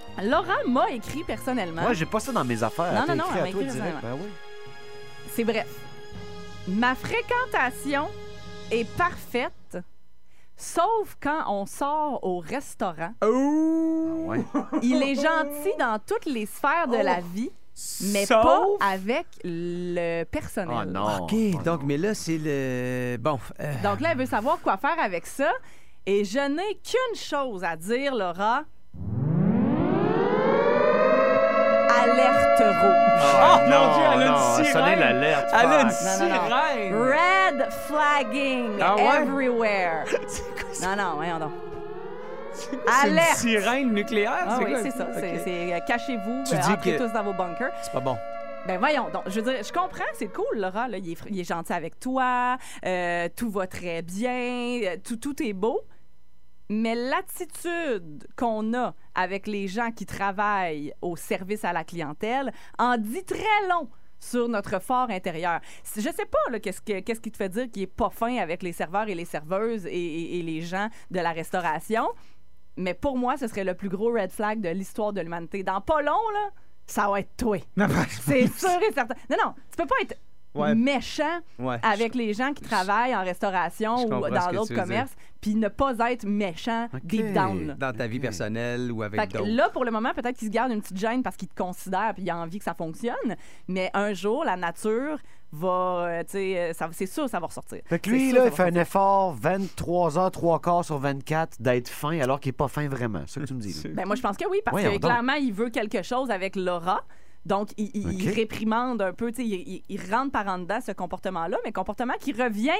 Laura m'a écrit personnellement. Ouais, j'ai pas ça dans mes affaires. Non, Elle t'a non, écrit elle à m'a toi écrit direct. personnellement. Ben oui. C'est bref. Ma fréquentation est parfaite, sauf quand on sort au restaurant. Ouais. Il est gentil dans toutes les sphères de la vie, mais Sauf- pas avec le personnel. Oh non. OK, donc, mais là, c'est le... Bon. Donc là, elle veut savoir quoi faire avec ça. Et je n'ai qu'une chose à dire, Laura. Alerte rouge. Oh, mon Dieu, elle a non, une sirène. sonnez l'alerte. Elle a une Non, non, non. sirène. Red flagging Ah ouais? everywhere. C'est quoi ça? Non, non, voyons donc. C'est une Alerte. sirène nucléaire? Ah oui, quoi? c'est ça. OK. C'est cachez-vous, Tu dis entrez que- tous dans vos bunkers. C'est pas bon. Ben voyons, donc, je veux dire, je comprends, c'est cool, Laura, là, il est gentil avec toi, tout va très bien, tout est beau, mais l'attitude qu'on a avec les gens qui travaillent au service à la clientèle en dit très long sur notre fort intérieur. Je sais pas, là, qu'est-ce qui te fait dire qu'il est pas fin avec les serveurs et les serveuses et les gens de la restauration, mais pour moi, ce serait le plus gros red flag de l'histoire de l'humanité. Dans pas long, là, ça va être toi. C'est sûr et certain. Non, non, tu peux pas être méchant avec les gens qui travaillent en restauration Je ou comprends ce dans que d'autres tu veux commerces, puis ne pas être méchant deep down. Là. Dans ta vie personnelle ou avec Fait que d'autres. là, pour le moment, peut-être qu'il se garde une petite gêne parce qu'il te considère puis il a envie que ça fonctionne. Mais un jour, la nature va, tu sais, c'est sûr, ça va ressortir. Fait que C'est lui, sûr, là, ça il va fait un ressortir. effort 23 heures, 3 quarts sur 24 d'être fin alors qu'il est pas fin vraiment. C'est ça que tu me dis. là. Ben moi, je pense que oui, parce Voyons que donc. clairement, il veut quelque chose avec Laura. Donc, il OK. réprimande un peu, tu sais, il rentre par en dedans ce comportement-là, mais comportement qui revient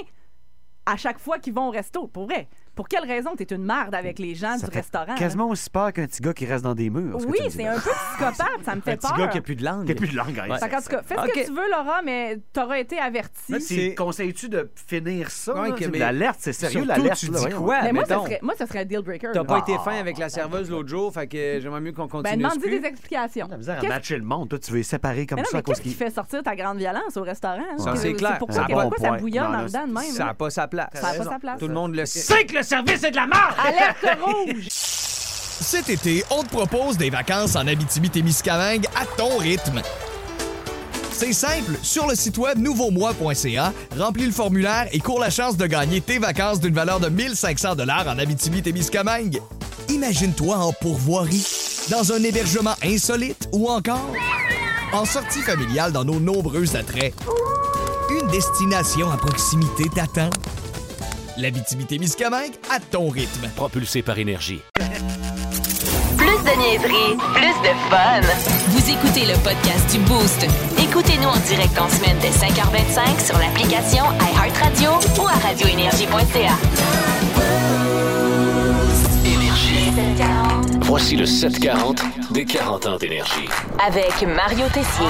à chaque fois qu'ils vont au resto, pour vrai. Pour quelle raison t'es une marde avec les gens Ça du fait restaurant? quasiment aussi peur qu'un petit gars qui reste dans des murs. ce que Oui, tu me dis, c'est là. un peu psychopathe, ça me fait Un peur. petit gars qui a plus de langue. Qui a plus de langue, hein, Fait qu'en tout cas, fais ce OK. que tu veux, Laura, mais t'auras été averti. Mais tu conseilles-tu de finir ça? Ouais, là? que- mais- L'alerte, c'est sérieux, Surtout, l'alerte. tu là, dis voyons. quoi? Mais moi, mettons? ça serait un deal breaker. T'as là. pas été fin avec la serveuse l'autre jour, fait que j'aimerais mieux qu'on continue. Ben, ce demande-y cul. des explications. La misère à Qu'est-ce- matcher le monde. Toi, tu veux les séparer comme Mais non, ça à mais cause qu'est-ce qui qu'il... fait sortir ta grande violence au restaurant? Ça, c'est clair. Pourquoi, C'est un pourquoi bon ça point. bouillonne Non, en là, dedans de même? Ça n'a pas sa place. Ça n'a pas sa place. Tout le monde le sait. C'est que le service est de la marque! Alerte rouge! Cet été, on te propose des vacances en Abitibi-Témiscamingue à ton rythme. C'est simple, sur le site web nouveaumois.ca, remplis le formulaire et cours la chance de gagner tes vacances d'une valeur de 1500 $ en Abitibi-Témiscamingue. Imagine-toi en pourvoirie, dans un hébergement insolite ou encore en sortie familiale dans nos nombreux attraits. Une destination à proximité t'attend. L'Abitibi-Témiscamingue à ton rythme. Propulsé par Énergie. Plus de niaiserie, plus de fun. Vous écoutez le podcast du Boost. Écoutez-nous en direct en semaine dès 5h25 sur l'application iHeartRadio ou à radioénergie.ca. Énergie. Voici le 740 des 40 ans d'Énergie. Avec Mario Tessier.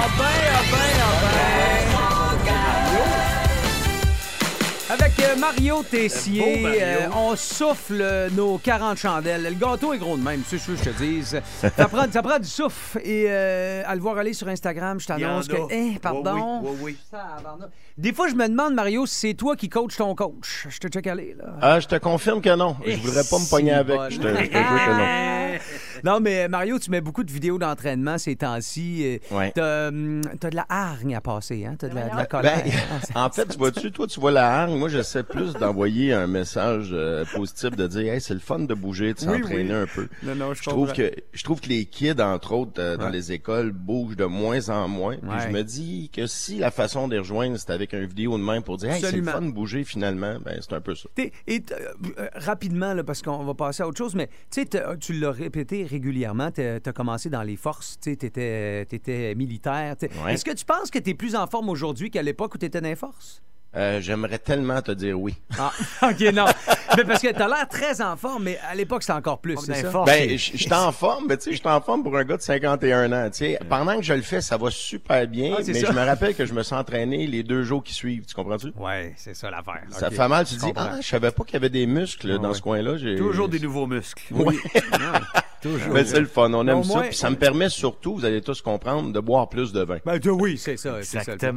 Avec Mario Tessier, Beau Mario. on souffle nos 40 chandelles. Le gâteau est gros de même, c'est ce que je te dise. Ça prend du souffle. Et à le voir aller sur Instagram, je t'annonce Il y en a. que... pardon. Oui. Des fois, je me demande, Mario, si c'est toi qui coaches ton coach. Je te check aller, là. Ah, je te confirme que non. Je voudrais pas me pogner avec. Je te jure que non. Non, mais Mario, tu mets beaucoup de vidéos d'entraînement ces temps-ci. Ouais. T'as de la hargne à passer, hein? T'as de la colère. Ben, en fait, tu vois-tu, toi, tu vois la hargne. Moi, j'essaie plus d'envoyer un message positif de dire, hey, c'est le fun de bouger, de s'entraîner un peu. Non, Je trouve que les kids, entre autres, dans les écoles, bougent de moins en moins. Puis je me dis que si la façon de les rejoindre, c'est avec une vidéo de même pour dire, hey, c'est le fun de bouger finalement, ben c'est un peu ça. Rapidement, là, parce qu'on va passer à autre chose, mais tu sais, tu l'as répété régulièrement, tu as commencé dans les forces, tu étais militaire. Ouais. Est-ce que tu penses que tu es plus en forme aujourd'hui qu'à l'époque où tu étais dans les forces? J'aimerais tellement te dire oui. Ah, OK, non. Mais parce que t'as l'air très en forme, mais à l'époque, c'était encore plus, c'est ça? Ben, j'étais en forme, mais tu sais, j'étais en forme pour un gars de 51 ans. Tu sais, pendant que je le fais, ça va super bien, Ah, c'est mais ça. je me rappelle que je me suis entraîné les 2 jours qui suivent. Tu comprends-tu? Ouais, c'est ça l'affaire. Ça OK. fait mal. Tu te dis, comprends. je savais pas qu'il y avait des muscles dans ce coin-là. Toujours des nouveaux muscles. Oui. Toujours. Mais c'est le fun, on aime Au ça. moins- Puis ça me permet surtout, vous allez tous comprendre, de boire plus de vin. Ben, oui, c'est ça. Exactement.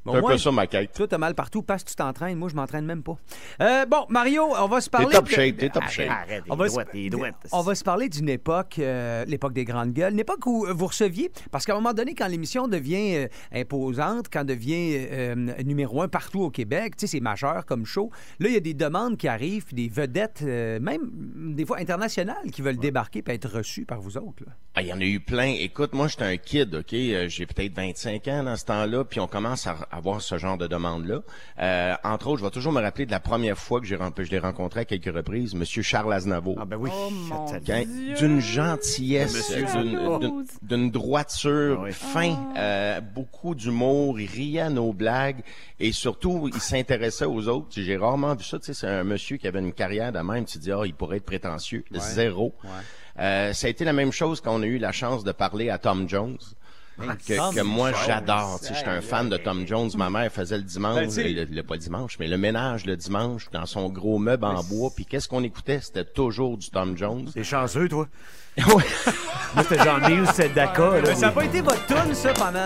C'est un peu ça ma quête. Toi, t'as mal partout parce que tu t'entraînes. Moi, je m'entraîne même pas. Bon, Mario, on va se parler... T'es top shape. Arrête, on va se parler d'une époque, l'époque des grandes gueules, une époque où vous receviez, parce qu'à un moment donné, quand l'émission devient imposante, quand devient numéro 1 partout au Québec, tu sais, c'est majeur comme show, là, il y a des demandes qui arrivent, puis des vedettes, même des fois internationales, qui veulent débarquer et être reçues par vous autres. Il y en a eu plein. Écoute, moi, j'étais un kid, OK? J'ai peut-être 25 ans dans ce temps-là, puis on commence à avoir ce genre de demande-là. Entre autres, je vais toujours me rappeler de la première fois que je l'ai rencontré à quelques reprises, M. Charles Aznavour. Ah ben oui. Oh mon Dieu. D'une gentillesse, d'une droiture, fin, beaucoup d'humour, il riait à nos blagues et surtout, il s'intéressait aux autres. J'ai rarement vu ça. Tu sais, c'est un monsieur qui avait une carrière de même. Tu dis, il pourrait être prétentieux. Ouais. Zéro. Ouais. Ça a été la même chose quand on a eu la chance de parler à Tom Jones. Que moi j'adore. J'étais un fan de Tom Jones. Ma mère faisait le dimanche, pas le dimanche, mais le ménage le dimanche dans son gros meuble en bois. Puis qu'est-ce qu'on écoutait? C'était toujours du Tom Jones. T'es chanceux, toi? Ouais. Moi, c'était genre Neil Sedaka. Là, ça n'a pas été votre tune, ça, pendant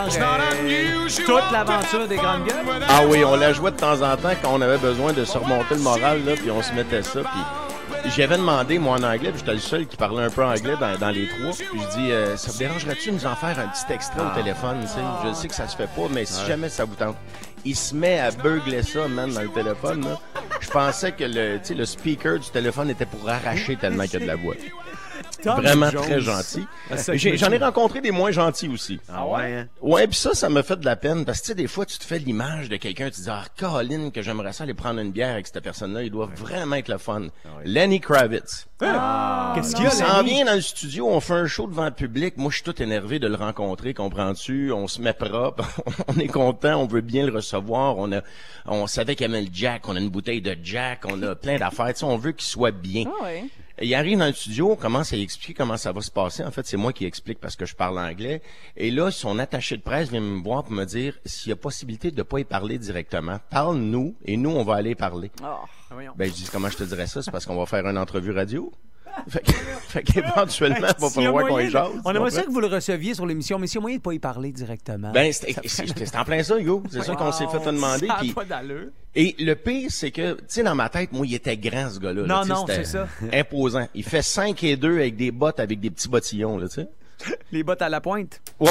toute l'aventure des grandes gueules? Ah oui, on la jouait de temps en temps quand on avait besoin de se remonter le moral, là, puis on se mettait ça. Puis j'avais demandé, moi, en anglais, puis j'étais le seul qui parlait un peu anglais dans les trois. Puis je dis, ça vous dérangerait-tu de nous en faire un petit extrait au téléphone? Tu sais? Je sais que ça se fait pas, mais si jamais ça vous tente. Il se met à beugler ça, man, dans le téléphone. Là. Je pensais que le speaker du téléphone était pour arracher tellement qu'il y a de la voix. Vraiment Jones. Très gentil. J'en ai rencontré des moins gentils aussi. Ah ouais? Hein? Ouais, puis ça m'a fait de la peine parce que tu sais, des fois, tu te fais l'image de quelqu'un, tu te dis, Colin, que j'aimerais ça aller prendre une bière avec cette personne-là, il doit vraiment être le fun. Lenny Kravitz. Qu'est-ce qu'il y a, il s'en vient dans le studio, on fait un show devant le public. Moi, je suis tout énervé de le rencontrer, comprends-tu? On se met propre, on est content, on veut bien le recevoir. On savait qu'il aimait le Jack, on a une bouteille de Jack, on a plein d'affaires. Tu sais, on veut qu'il soit bien. Ah ouais. Il arrive dans le studio, on commence à y expliquer comment ça va se passer. En fait, c'est moi qui explique parce que je parle anglais. Et là, son attaché de presse vient me voir pour me dire s'il y a possibilité de pas y parler directement. Parle-nous et nous, on va aller parler. Oh. Ben, je dis, comment je te dirais ça? C'est parce qu'on va faire une entrevue radio. Fait qu'éventuellement, il va falloir qu'on y jase. On aimerait ça que vous le receviez sur l'émission, mais s'il y a moyen de pas y parler directement. Ben, c'est en plein ça, Hugo. C'est ça qu'on s'est fait te demander. Ça a pas d'allure. Et le pire, c'est que, tu sais, dans ma tête, moi, il était grand, ce gars-là. Non, c'est ça. Imposant. Il fait 5 et 2 avec des bottes, avec des petits bottillons, là, tu sais. Les bottes à la pointe. Ouais.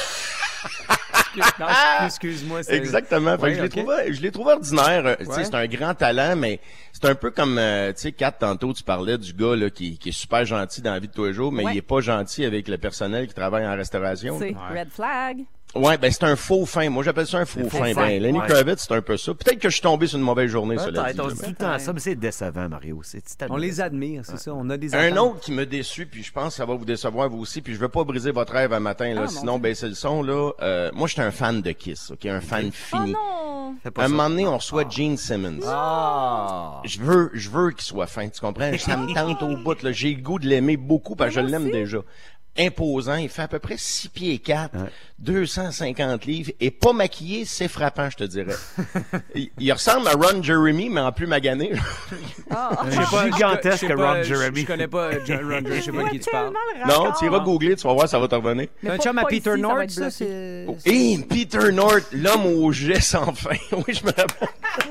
Non, excuse-moi. Exactement. Fait que je l'ai trouvé ordinaire. Tu sais, c'est un grand talent, mais c'est un peu comme, tu sais, Kat, tantôt, tu parlais du gars là qui est super gentil dans la vie de tous les jours, mais il est pas gentil avec le personnel qui travaille en restauration. C'est red flag. Ouais, ben c'est un faux fin. Moi, j'appelle ça un faux fin. Ben, Lenny Kravitz, c'est un peu ça. Peut-être que je suis tombé sur une mauvaise journée, cela dit. On dit tout le temps ça, mais c'est décevant, Mario. On les admire, c'est ça. On a des Un autre qui me déçut, puis je pense que ça va vous décevoir vous aussi, puis je veux pas briser votre rêve un matin, là. Sinon, baissez le son, là. Moi, j'étais un fan de Kiss, OK? Un fan fini. Oh non! Un moment donné, on reçoit Gene Simmons. Je veux qu'il soit fin, tu comprends? Ça me tente au bout, là. J'ai le goût de l'aimer beaucoup, parce que je l'aime déjà. Imposant, il fait à peu près 6 pieds 4, 250 livres, et pas maquillé, c'est frappant, je te dirais. il ressemble à Ron Jeremy, mais en plus magané. Gigantesque Ron Jeremy. Je connais pas Ron Jeremy, je sais pas de qui tu parles. Non, tu iras googler, tu vas voir, ça va te revenir. Un chum à Peter North, ça, c'est... Peter North, l'homme au jet sans fin. Oui, je me rappelle.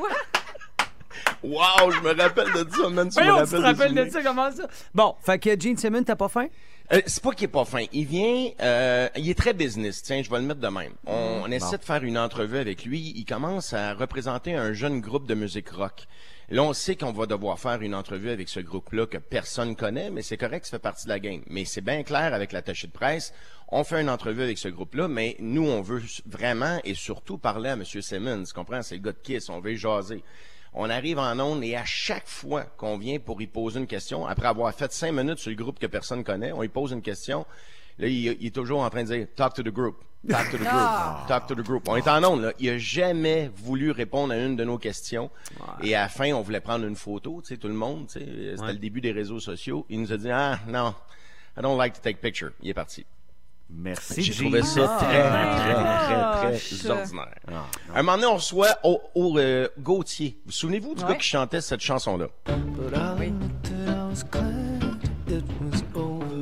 Wow, je me rappelle de ça, man. Tu te rappelles de ça, comment ça? Bon, fait que Gene Simmons, t'as pas faim? C'est pas qu'il est pas fin. Il vient, il est très business. Tiens, je vais le mettre de même. On essaie de faire une entrevue avec lui. Il commence à représenter un jeune groupe de musique rock. Là, on sait qu'on va devoir faire une entrevue avec ce groupe-là que personne connaît, mais c'est correct, ça fait partie de la game. Mais c'est bien clair avec l'attaché de presse. On fait une entrevue avec ce groupe-là, mais nous, on veut vraiment et surtout parler à M. Simmons. Tu comprends? C'est le gars de Kiss. On veut y jaser. On arrive en ondes et à chaque fois qu'on vient pour y poser une question, après avoir fait 5 minutes sur le groupe que personne connaît, on y pose une question. Là, il est toujours en train de dire « Talk to the group, talk to the group, talk to the group ». On est en ondes, là. Il a jamais voulu répondre à une de nos questions. Et à la fin, on voulait prendre une photo, tu sais, tout le monde, tu sais. C'était le début des réseaux sociaux. Il nous a dit « Ah, non, I don't like to take picture ». Il est parti. Merci. J'ai trouvé ça très ordinaire. Un moment donné, on reçoit Gauthier. Vous souvenez-vous du gars qui chantait cette chanson-là? Oui.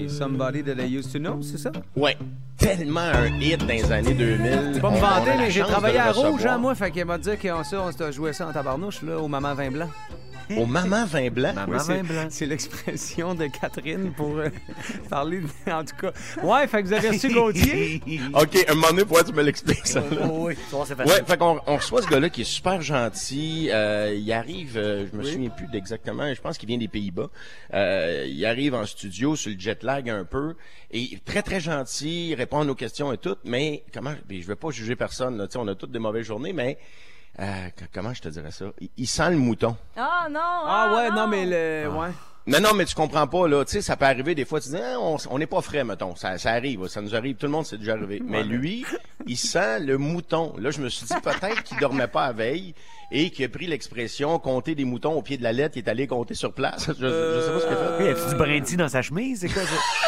Oui, Somebody That I Used to Know, c'est ça? Ouais. Tellement un hit dans les années 2000. Pas me vanter, mais j'ai travaillé à Rouge, recevoir. moi, fait qu'elle m'a dit qu'on se jouait ça en tabarnouche, là, au Maman Vin Blanc. Au Maman Vin Blanc? Oui, c'est l'expression de Catherine pour parler, en tout cas. Ouais, fait que vous avez reçu Gauthier. OK, un moment donné, pourquoi tu me l'expliques, ça? Oui, c'est facile. Ouais, fait qu'on reçoit ce gars-là qui est super gentil. Il arrive, je me souviens plus d'exactement, je pense qu'il vient des Pays-Bas. Il arrive en studio sur le jet lag un peu. Et très, très gentil, il répond à nos questions et tout. Mais je veux pas juger personne, là, on a toutes des mauvaises journées, mais... comment je te dirais ça? Il sent le mouton. Ah non! Non, mais ouais. Non, mais tu comprends pas, là. Tu sais, ça peut arriver des fois, tu dis, on n'est pas frais, mettons. Ça arrive, ça nous arrive. Tout le monde, c'est déjà arrivé. Mais lui, il sent le mouton. Là, je me suis dit, peut-être qu'il dormait pas à veille et qu'il a pris l'expression compter des moutons au pied de la lettre, il est allé compter sur place. Je sais pas ce qu'il a fait. Oui, a-tu du brindis dans sa chemise? C'est quoi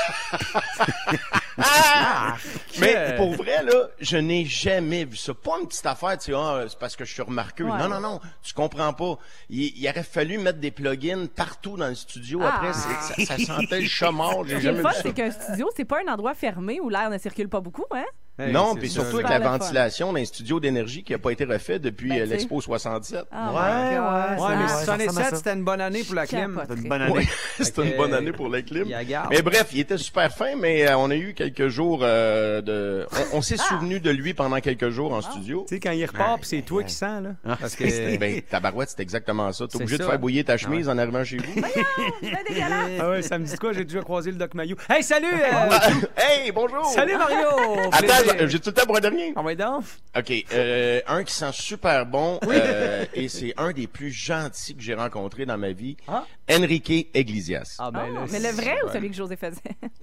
ça? Mais pour vrai, là, je n'ai jamais vu ça. Pas une petite affaire, tu sais, c'est parce que je suis remarqueux. Ouais. Non, tu comprends pas. Il aurait fallu mettre des plugins partout dans le studio. Après, ça sentait le chat mort. J'ai Ce qui est jamais le fun, vu ça. c'est qu'un studio, c'est pas un endroit fermé où l'air ne circule pas beaucoup, hein? Non, puis surtout avec la Super le fun. ventilation d'un studio d'énergie qui n'a pas été refait depuis Ben, l'Expo 67. Ouais, mais ça 77, c'était une bonne année pour la clim. C'était une bonne année. Oui, c'était une bonne année pour la clim. Il la garde. Mais bref, il était super fin, mais on a eu quelques jours on s'est souvenu de lui pendant quelques jours en studio. Tu sais, quand il repart, puis c'est toi qui sens, là. Parce que... Ben, tabarouette, c'est exactement ça. T'es C'est obligé de ça. faire bouillir ta chemise en arrivant chez vous. Ah ouais, ça me dit quoi? J'ai déjà croisé le Doc Mayou. Hey, salut! Hey, bonjour! Salut, Mario! Attends, j'ai tout le temps pour un dernier. On va donc. OK, un qui sent super bon, et c'est un des plus gentils que j'ai rencontré dans ma vie, Enrique Iglesias. Ah, ben là, Mais le vrai ou celui que José faisait?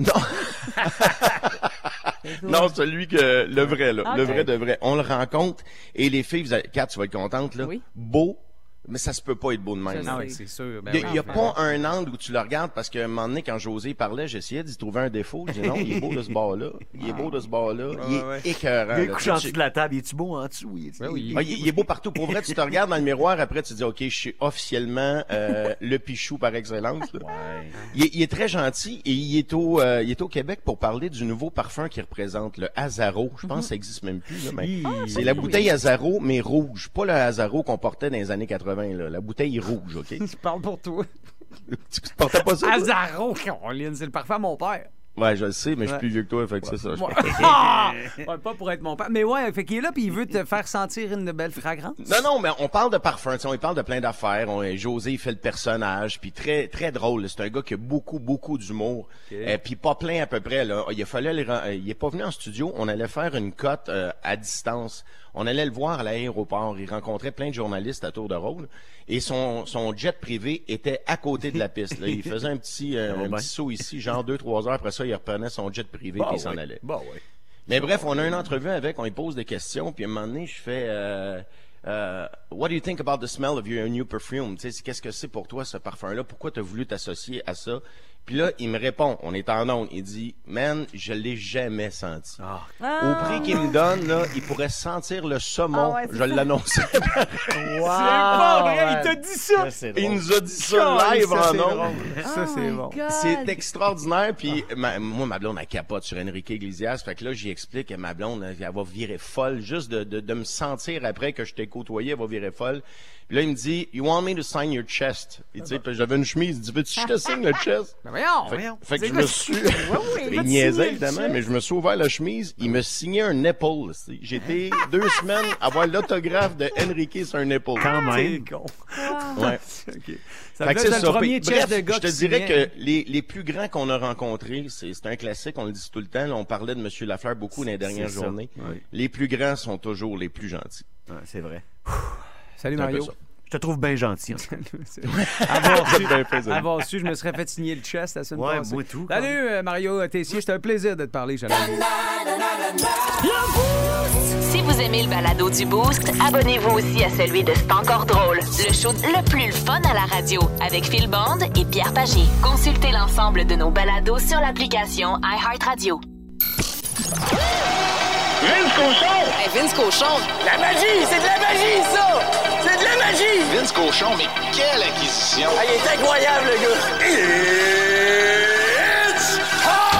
Non, le vrai, là. Okay. Le vrai de vrai. On le rencontre, et les filles, Kat, tu vas être contente, là. Oui. Beau, mais ça se peut pas être beau de même. Ah oui, c'est sûr. Ben Il n'y a pas un angle où tu le regardes parce qu'à un moment donné, quand José parlait, j'essayais d'y trouver un défaut. Je dis non, il est beau de ce bord-là. Il est beau de ce bord-là. Il est écœurant. Il est là. couché en dessous de la table. Il est-tu beau en dessous? Il est beau partout. Pour vrai, tu te regardes dans le miroir, après tu te dis, OK, je suis officiellement le pichou par excellence. Là. Il est très gentil et il est au Québec pour parler du nouveau parfum qu'il représente, le Azaro. Je pense que ça existe même plus. Là, mais c'est la bouteille Azaro, mais rouge. Pas le Azaro qu'on portait dans les années 80. Là. La bouteille rouge, OK? Je parle pour toi. Tu portais pas ça? Azaro, Caroline, c'est le parfum à mon père. Ouais, je le sais, mais je suis plus vieux que toi, fait que c'est ça. Ouais, pas pour être mon père. Mais ouais, fait qu'il est là puis il veut te faire sentir une belle fragrance. Non, mais on parle de parfum, on parle de plein d'affaires. José il fait le personnage, puis très très drôle. C'est un gars qui a beaucoup d'humour, puis pas plein à peu près. Là, il est pas venu en studio. On allait faire une cote à distance. On allait le voir à l'aéroport. Il rencontrait plein de journalistes à tour de rôle. Et son jet privé était à côté de la piste. Là. Il faisait un petit saut ici, genre 2-3 heures. Après ça, il reprenait son jet privé et il s'en allait. Mais bref, on a une entrevue avec, on lui pose des questions. Puis à un moment donné, je fais... what do you think about the smell of your new perfume? Tu sais, qu'est-ce que c'est pour toi, ce parfum-là? Pourquoi tu as voulu t'associer à ça? Puis là, il me répond, on est en onde, il dit, man, je l'ai jamais senti. Au prix qu'il me donne, là, il pourrait sentir le saumon. Je l'annonçais. C'est pas vrai, il t'a dit ça. Il nous a dit ça live en onde. Ça, c'est bon. C'est extraordinaire. Puis moi, ma blonde, elle capote sur Enrique Iglesias. Fait que là, j'y explique que ma blonde, elle va virer folle. Juste de me sentir après que je t'ai côtoyé, elle va virer folle. Puis là, il me dit, you want me to sign your chest? Et tu sais, j'avais une chemise. Il dit, veux-tu que je te signe le chest? Voyons. Fait que je me suis... Il niaisait, évidemment, mais je me suis ouvert la chemise. Il me signait un nipple. J'étais 2 semaines à avoir l'autographe de Enrique sur un nipple. Quand même. Con. Ouais. Okay. Fait que c'est le premier Bref, chest de gars je te qui dirais signait. que les plus grands qu'on a rencontrés, c'est un classique, on le dit tout le temps. Là, on parlait de M. Lafleur beaucoup dans les dernières journées. Oui. Les plus grands sont toujours les plus gentils. Ouais, c'est vrai. Salut C'est un peu Mario. ça. Je te trouve bien gentil. Avoir su, je me serais fait signer le chest la semaine passée. Moi tout. Salut Mario Tessier, c'était un plaisir de te parler, Charles. Si vous aimez le balado du Boost, abonnez-vous aussi à celui de C'est encore drôle, le show le plus fun à la radio, avec Phil Bond et Pierre Pagé. Consultez l'ensemble de nos balados sur l'application iHeartRadio. Vince Cochon! Hey, Vince Cochon! La magie! C'est de la magie, ça! C'est de la magie! Vince Cochon, mais quelle acquisition! Ah, il est incroyable, le gars! It's time!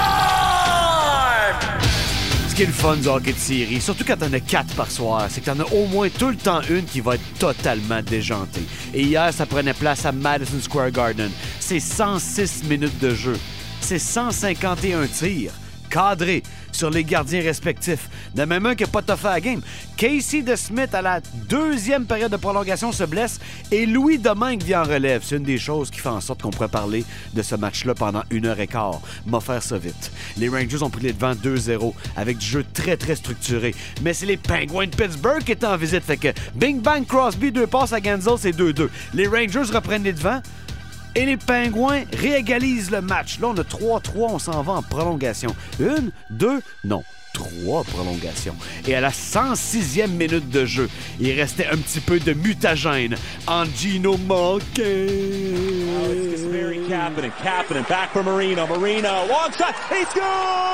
Ce qui est le fun du hockey de série, surtout quand t'en as 4 par soir, c'est que t'en as au moins tout le temps une qui va être totalement déjantée. Et hier, ça prenait place à Madison Square Garden. C'est 106 minutes de jeu. C'est 151 tirs cadrés sur les gardiens respectifs. De même un qui n'a pas toffé à la game. Casey DeSmith, à la deuxième période de prolongation, se blesse et Louis Domingue vient en relève. C'est une des choses qui fait en sorte qu'on pourrait parler de ce match-là pendant 1h15. M'a faire ça vite. Les Rangers ont pris les devants 2-0 avec du jeu très, très structuré. Mais c'est les Penguins de Pittsburgh qui étaient en visite. Fait que Bing Bang Crosby, 2 passes à Gensel, c'est 2-2. Les Rangers reprennent les devants. Et les Pingouins réégalisent le match. Là, on a 3-3, on s'en va en prolongation. 1, 2, non, 3 prolongations. Et à la 106e minute de jeu, il restait un petit peu de mutagène en Gino Malkin. It's Mary Kapanen. Kapanen back for Marino. Marino, long shot. He scores!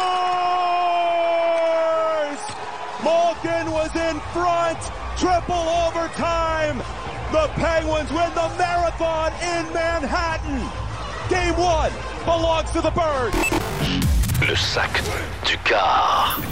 Malkin was in front. Triple overtime. The Penguins win the marathon in Manhattan. Game 1 belongs to the Birds. Le sac du car.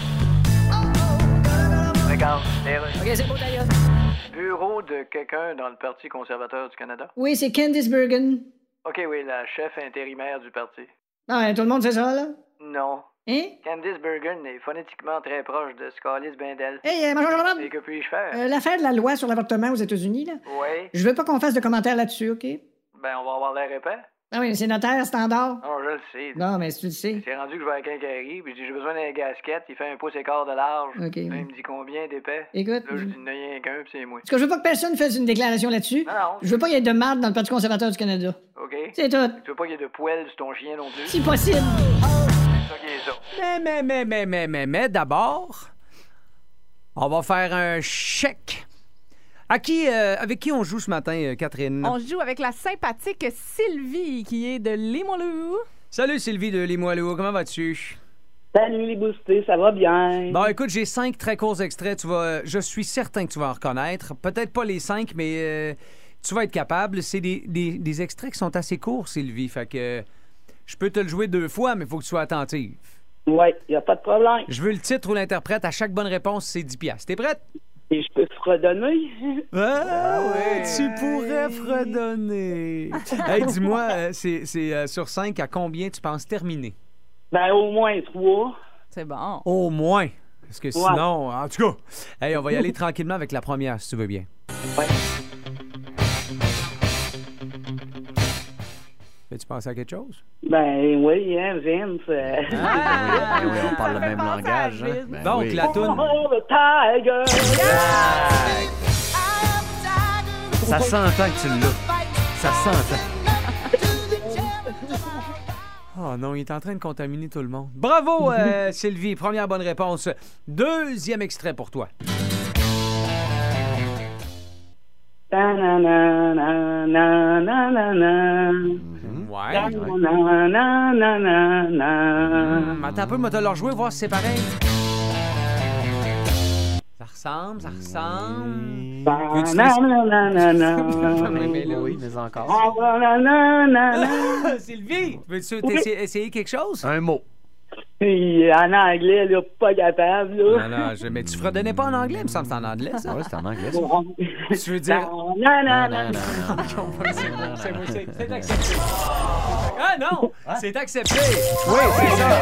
Regarde, OK, c'est beau d'ailleurs. Bureau de quelqu'un dans le Parti conservateur du Canada? Oui, c'est Candice Bergen. OK, oui, la chef intérimaire du parti. Ah, tout le monde sait ça, là? Non. Hein? Candice Bergen est phonétiquement très proche de Scalis Bindel. Hey, Et que puis-je faire? l'affaire de la loi sur l'avortement aux États-Unis, là. Oui. Je veux pas qu'on fasse de commentaires là-dessus, OK? Ben, on va avoir l'air épais. Ah oui, c'est notaire standard. Non, je le sais. Non, mais si tu le sais. C'est rendu que je vais à Quincaillerie, puis je dis j'ai besoin d'un gasket, il fait 1 pouce et quart de large. OK. Là, il me dit combien d'épais. Écoute. Là, je dis il n'y en a rien qu'un, puis c'est moi. Parce que je veux pas que personne fasse une déclaration là-dessus. Non. Je veux pas qu'il y ait de marde dans le Parti conservateur du Canada. OK. C'est tout. Tu veux pas qu'il y ait de poêle sur ton chien non plus? Si possible. C'est ça qui est ça. Mais d'abord, on va faire un chèque. Avec qui on joue ce matin, Catherine? On joue avec la sympathique Sylvie, qui est de Limoilou. Salut Sylvie de Limoilou, comment vas-tu? Salut les boostés, ça va bien? Bon, écoute, j'ai 5 très courts extraits. Je suis certain que tu vas en reconnaître. Peut-être pas les 5, mais tu vas être capable. C'est des extraits qui sont assez courts, Sylvie. Fait que je peux te le jouer 2 fois, mais il faut que tu sois attentive. Oui, il n'y a pas de problème. Je veux le titre ou l'interprète. À chaque bonne réponse, c'est 10$. T'es prête? Et je peux fredonner? Ah oui, tu pourrais fredonner. Hey, dis-moi, c'est sur 5, à combien tu penses terminer? Ben, au moins 3. C'est bon. Au moins. Parce que sinon, en tout cas, hey, on va y aller tranquillement avec la première, si tu veux bien. Ouais. Tu penses à quelque chose? Ben oui, hein, Vince. Oui, on parle le même langage. Hein? Ben donc, oui. la toune... Ça s'entend que tu l'as. Ça s'entend. Oh non, il est en train de contaminer tout le monde. Bravo, Sylvie. Première bonne réponse. Deuxième extrait pour toi. Ouais. Attends un peu, moi te le rejouer, voir si c'est pareil. Ça ressemble. Oui, mais encore. Sylvie, veux-tu essayer quelque chose? Un mot. Puis en anglais, là, pas capable, là. Non, mais tu fredonnais pas en anglais, il me semble que c'est en anglais, ça. Oui, c'est en anglais, ça. Tu veux dire... Non. C'est accepté. Ah non, c'est accepté. Oui, c'est ça.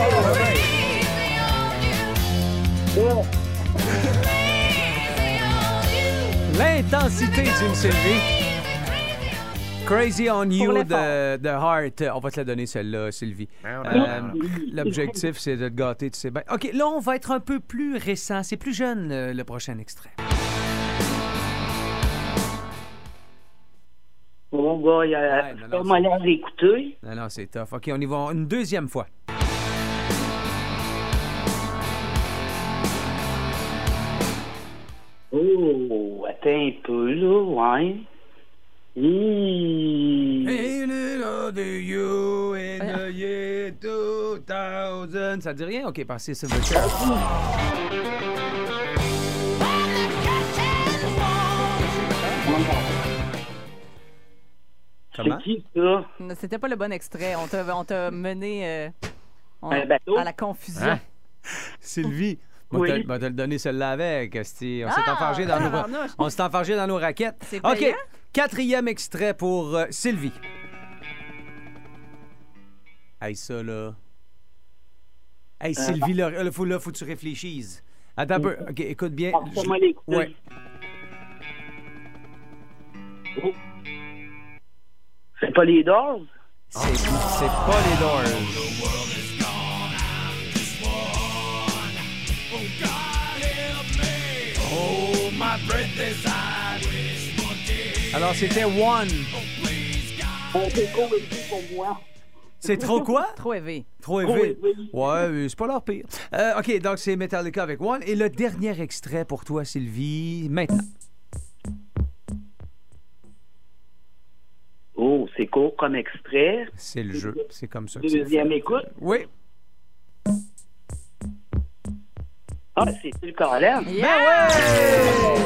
L'intensité d'une Sylvie. Crazy on You de Heart. On va te la donner, celle-là, Sylvie. L'objectif, c'est de te gâter, tu sais bien. OK, là, on va être un peu plus récent. C'est plus jeune, le prochain extrait. Bon, bah, il y a pas mal à écouter. Non, c'est tough. OK, on y va une deuxième fois. Oh, attends un peu, là, ouais. Hey, little do you in the year 2000. Ça dit rien? OK, passez ça. C'est qui, ça? C'était pas le bon extrait. On t'a mené à la confusion. Hein? Sylvie. Oui. Moi, te le donner celle-là avec. Esti. On s'est Ah, enfargé dans nos... tabarnouche. On s'est enfargé dans nos raquettes. C'est OK. payant? 4e extrait pour Sylvie. Hey, ça, là. Hey, Sylvie, là, faut que tu réfléchisses. Attends un peu. OK, écoute bien. Fais-moi l'écouter. Ouais. C'est pas les Doors? C'est pas les Doors. Alors, c'était One. C'est trop élevé pour moi. C'est trop quoi? Trop élevé. Trop élevé. Ouais, mais c'est pas leur pire. OK, donc c'est Metallica avec One. Et le dernier extrait pour toi, Sylvie, maintenant. Oh, c'est court comme extrait. C'est le jeu. C'est comme ça. Deuxième écoute? Oui. Ah, c'est Phil Collins. Yeah! Ben ouais!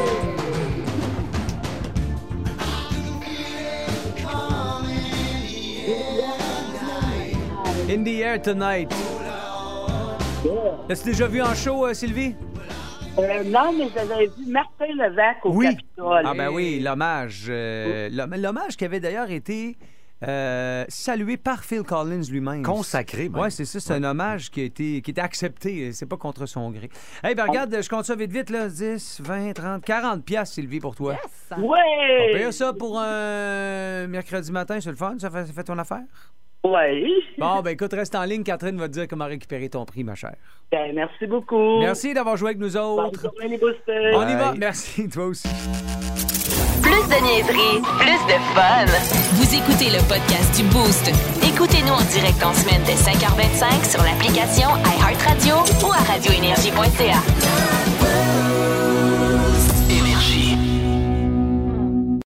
In the Air Tonight. L'as-tu déjà vu en show, Sylvie? Non, mais j'avais vu Martin Levac au Capitole. Ah ben oui, l'hommage. L'hommage qui avait d'ailleurs été salué par Phil Collins lui-même. Consacré, même. Oui, c'est ça. C'est un hommage qui a été accepté. C'est pas contre son gré. Hey, ben regarde, je compte ça vite, là. 10, 20, 30, 40 piastres, Sylvie, pour toi. Yes! Ouais! On paye ça pour un mercredi matin, c'est le fun? Ça fait ton affaire? Ouais. Bon, ben écoute, reste en ligne. Catherine va te dire comment récupérer ton prix, ma chère. Ben, merci beaucoup. Merci d'avoir joué avec nous autres. Bonne journée, les boosters. On y va. Merci, toi aussi. Plus de niaiserie, plus de fun. Vous écoutez le podcast du Boost. Écoutez-nous en direct en semaine dès 5h25 sur l'application iHeartRadio ou à radioénergie.ca.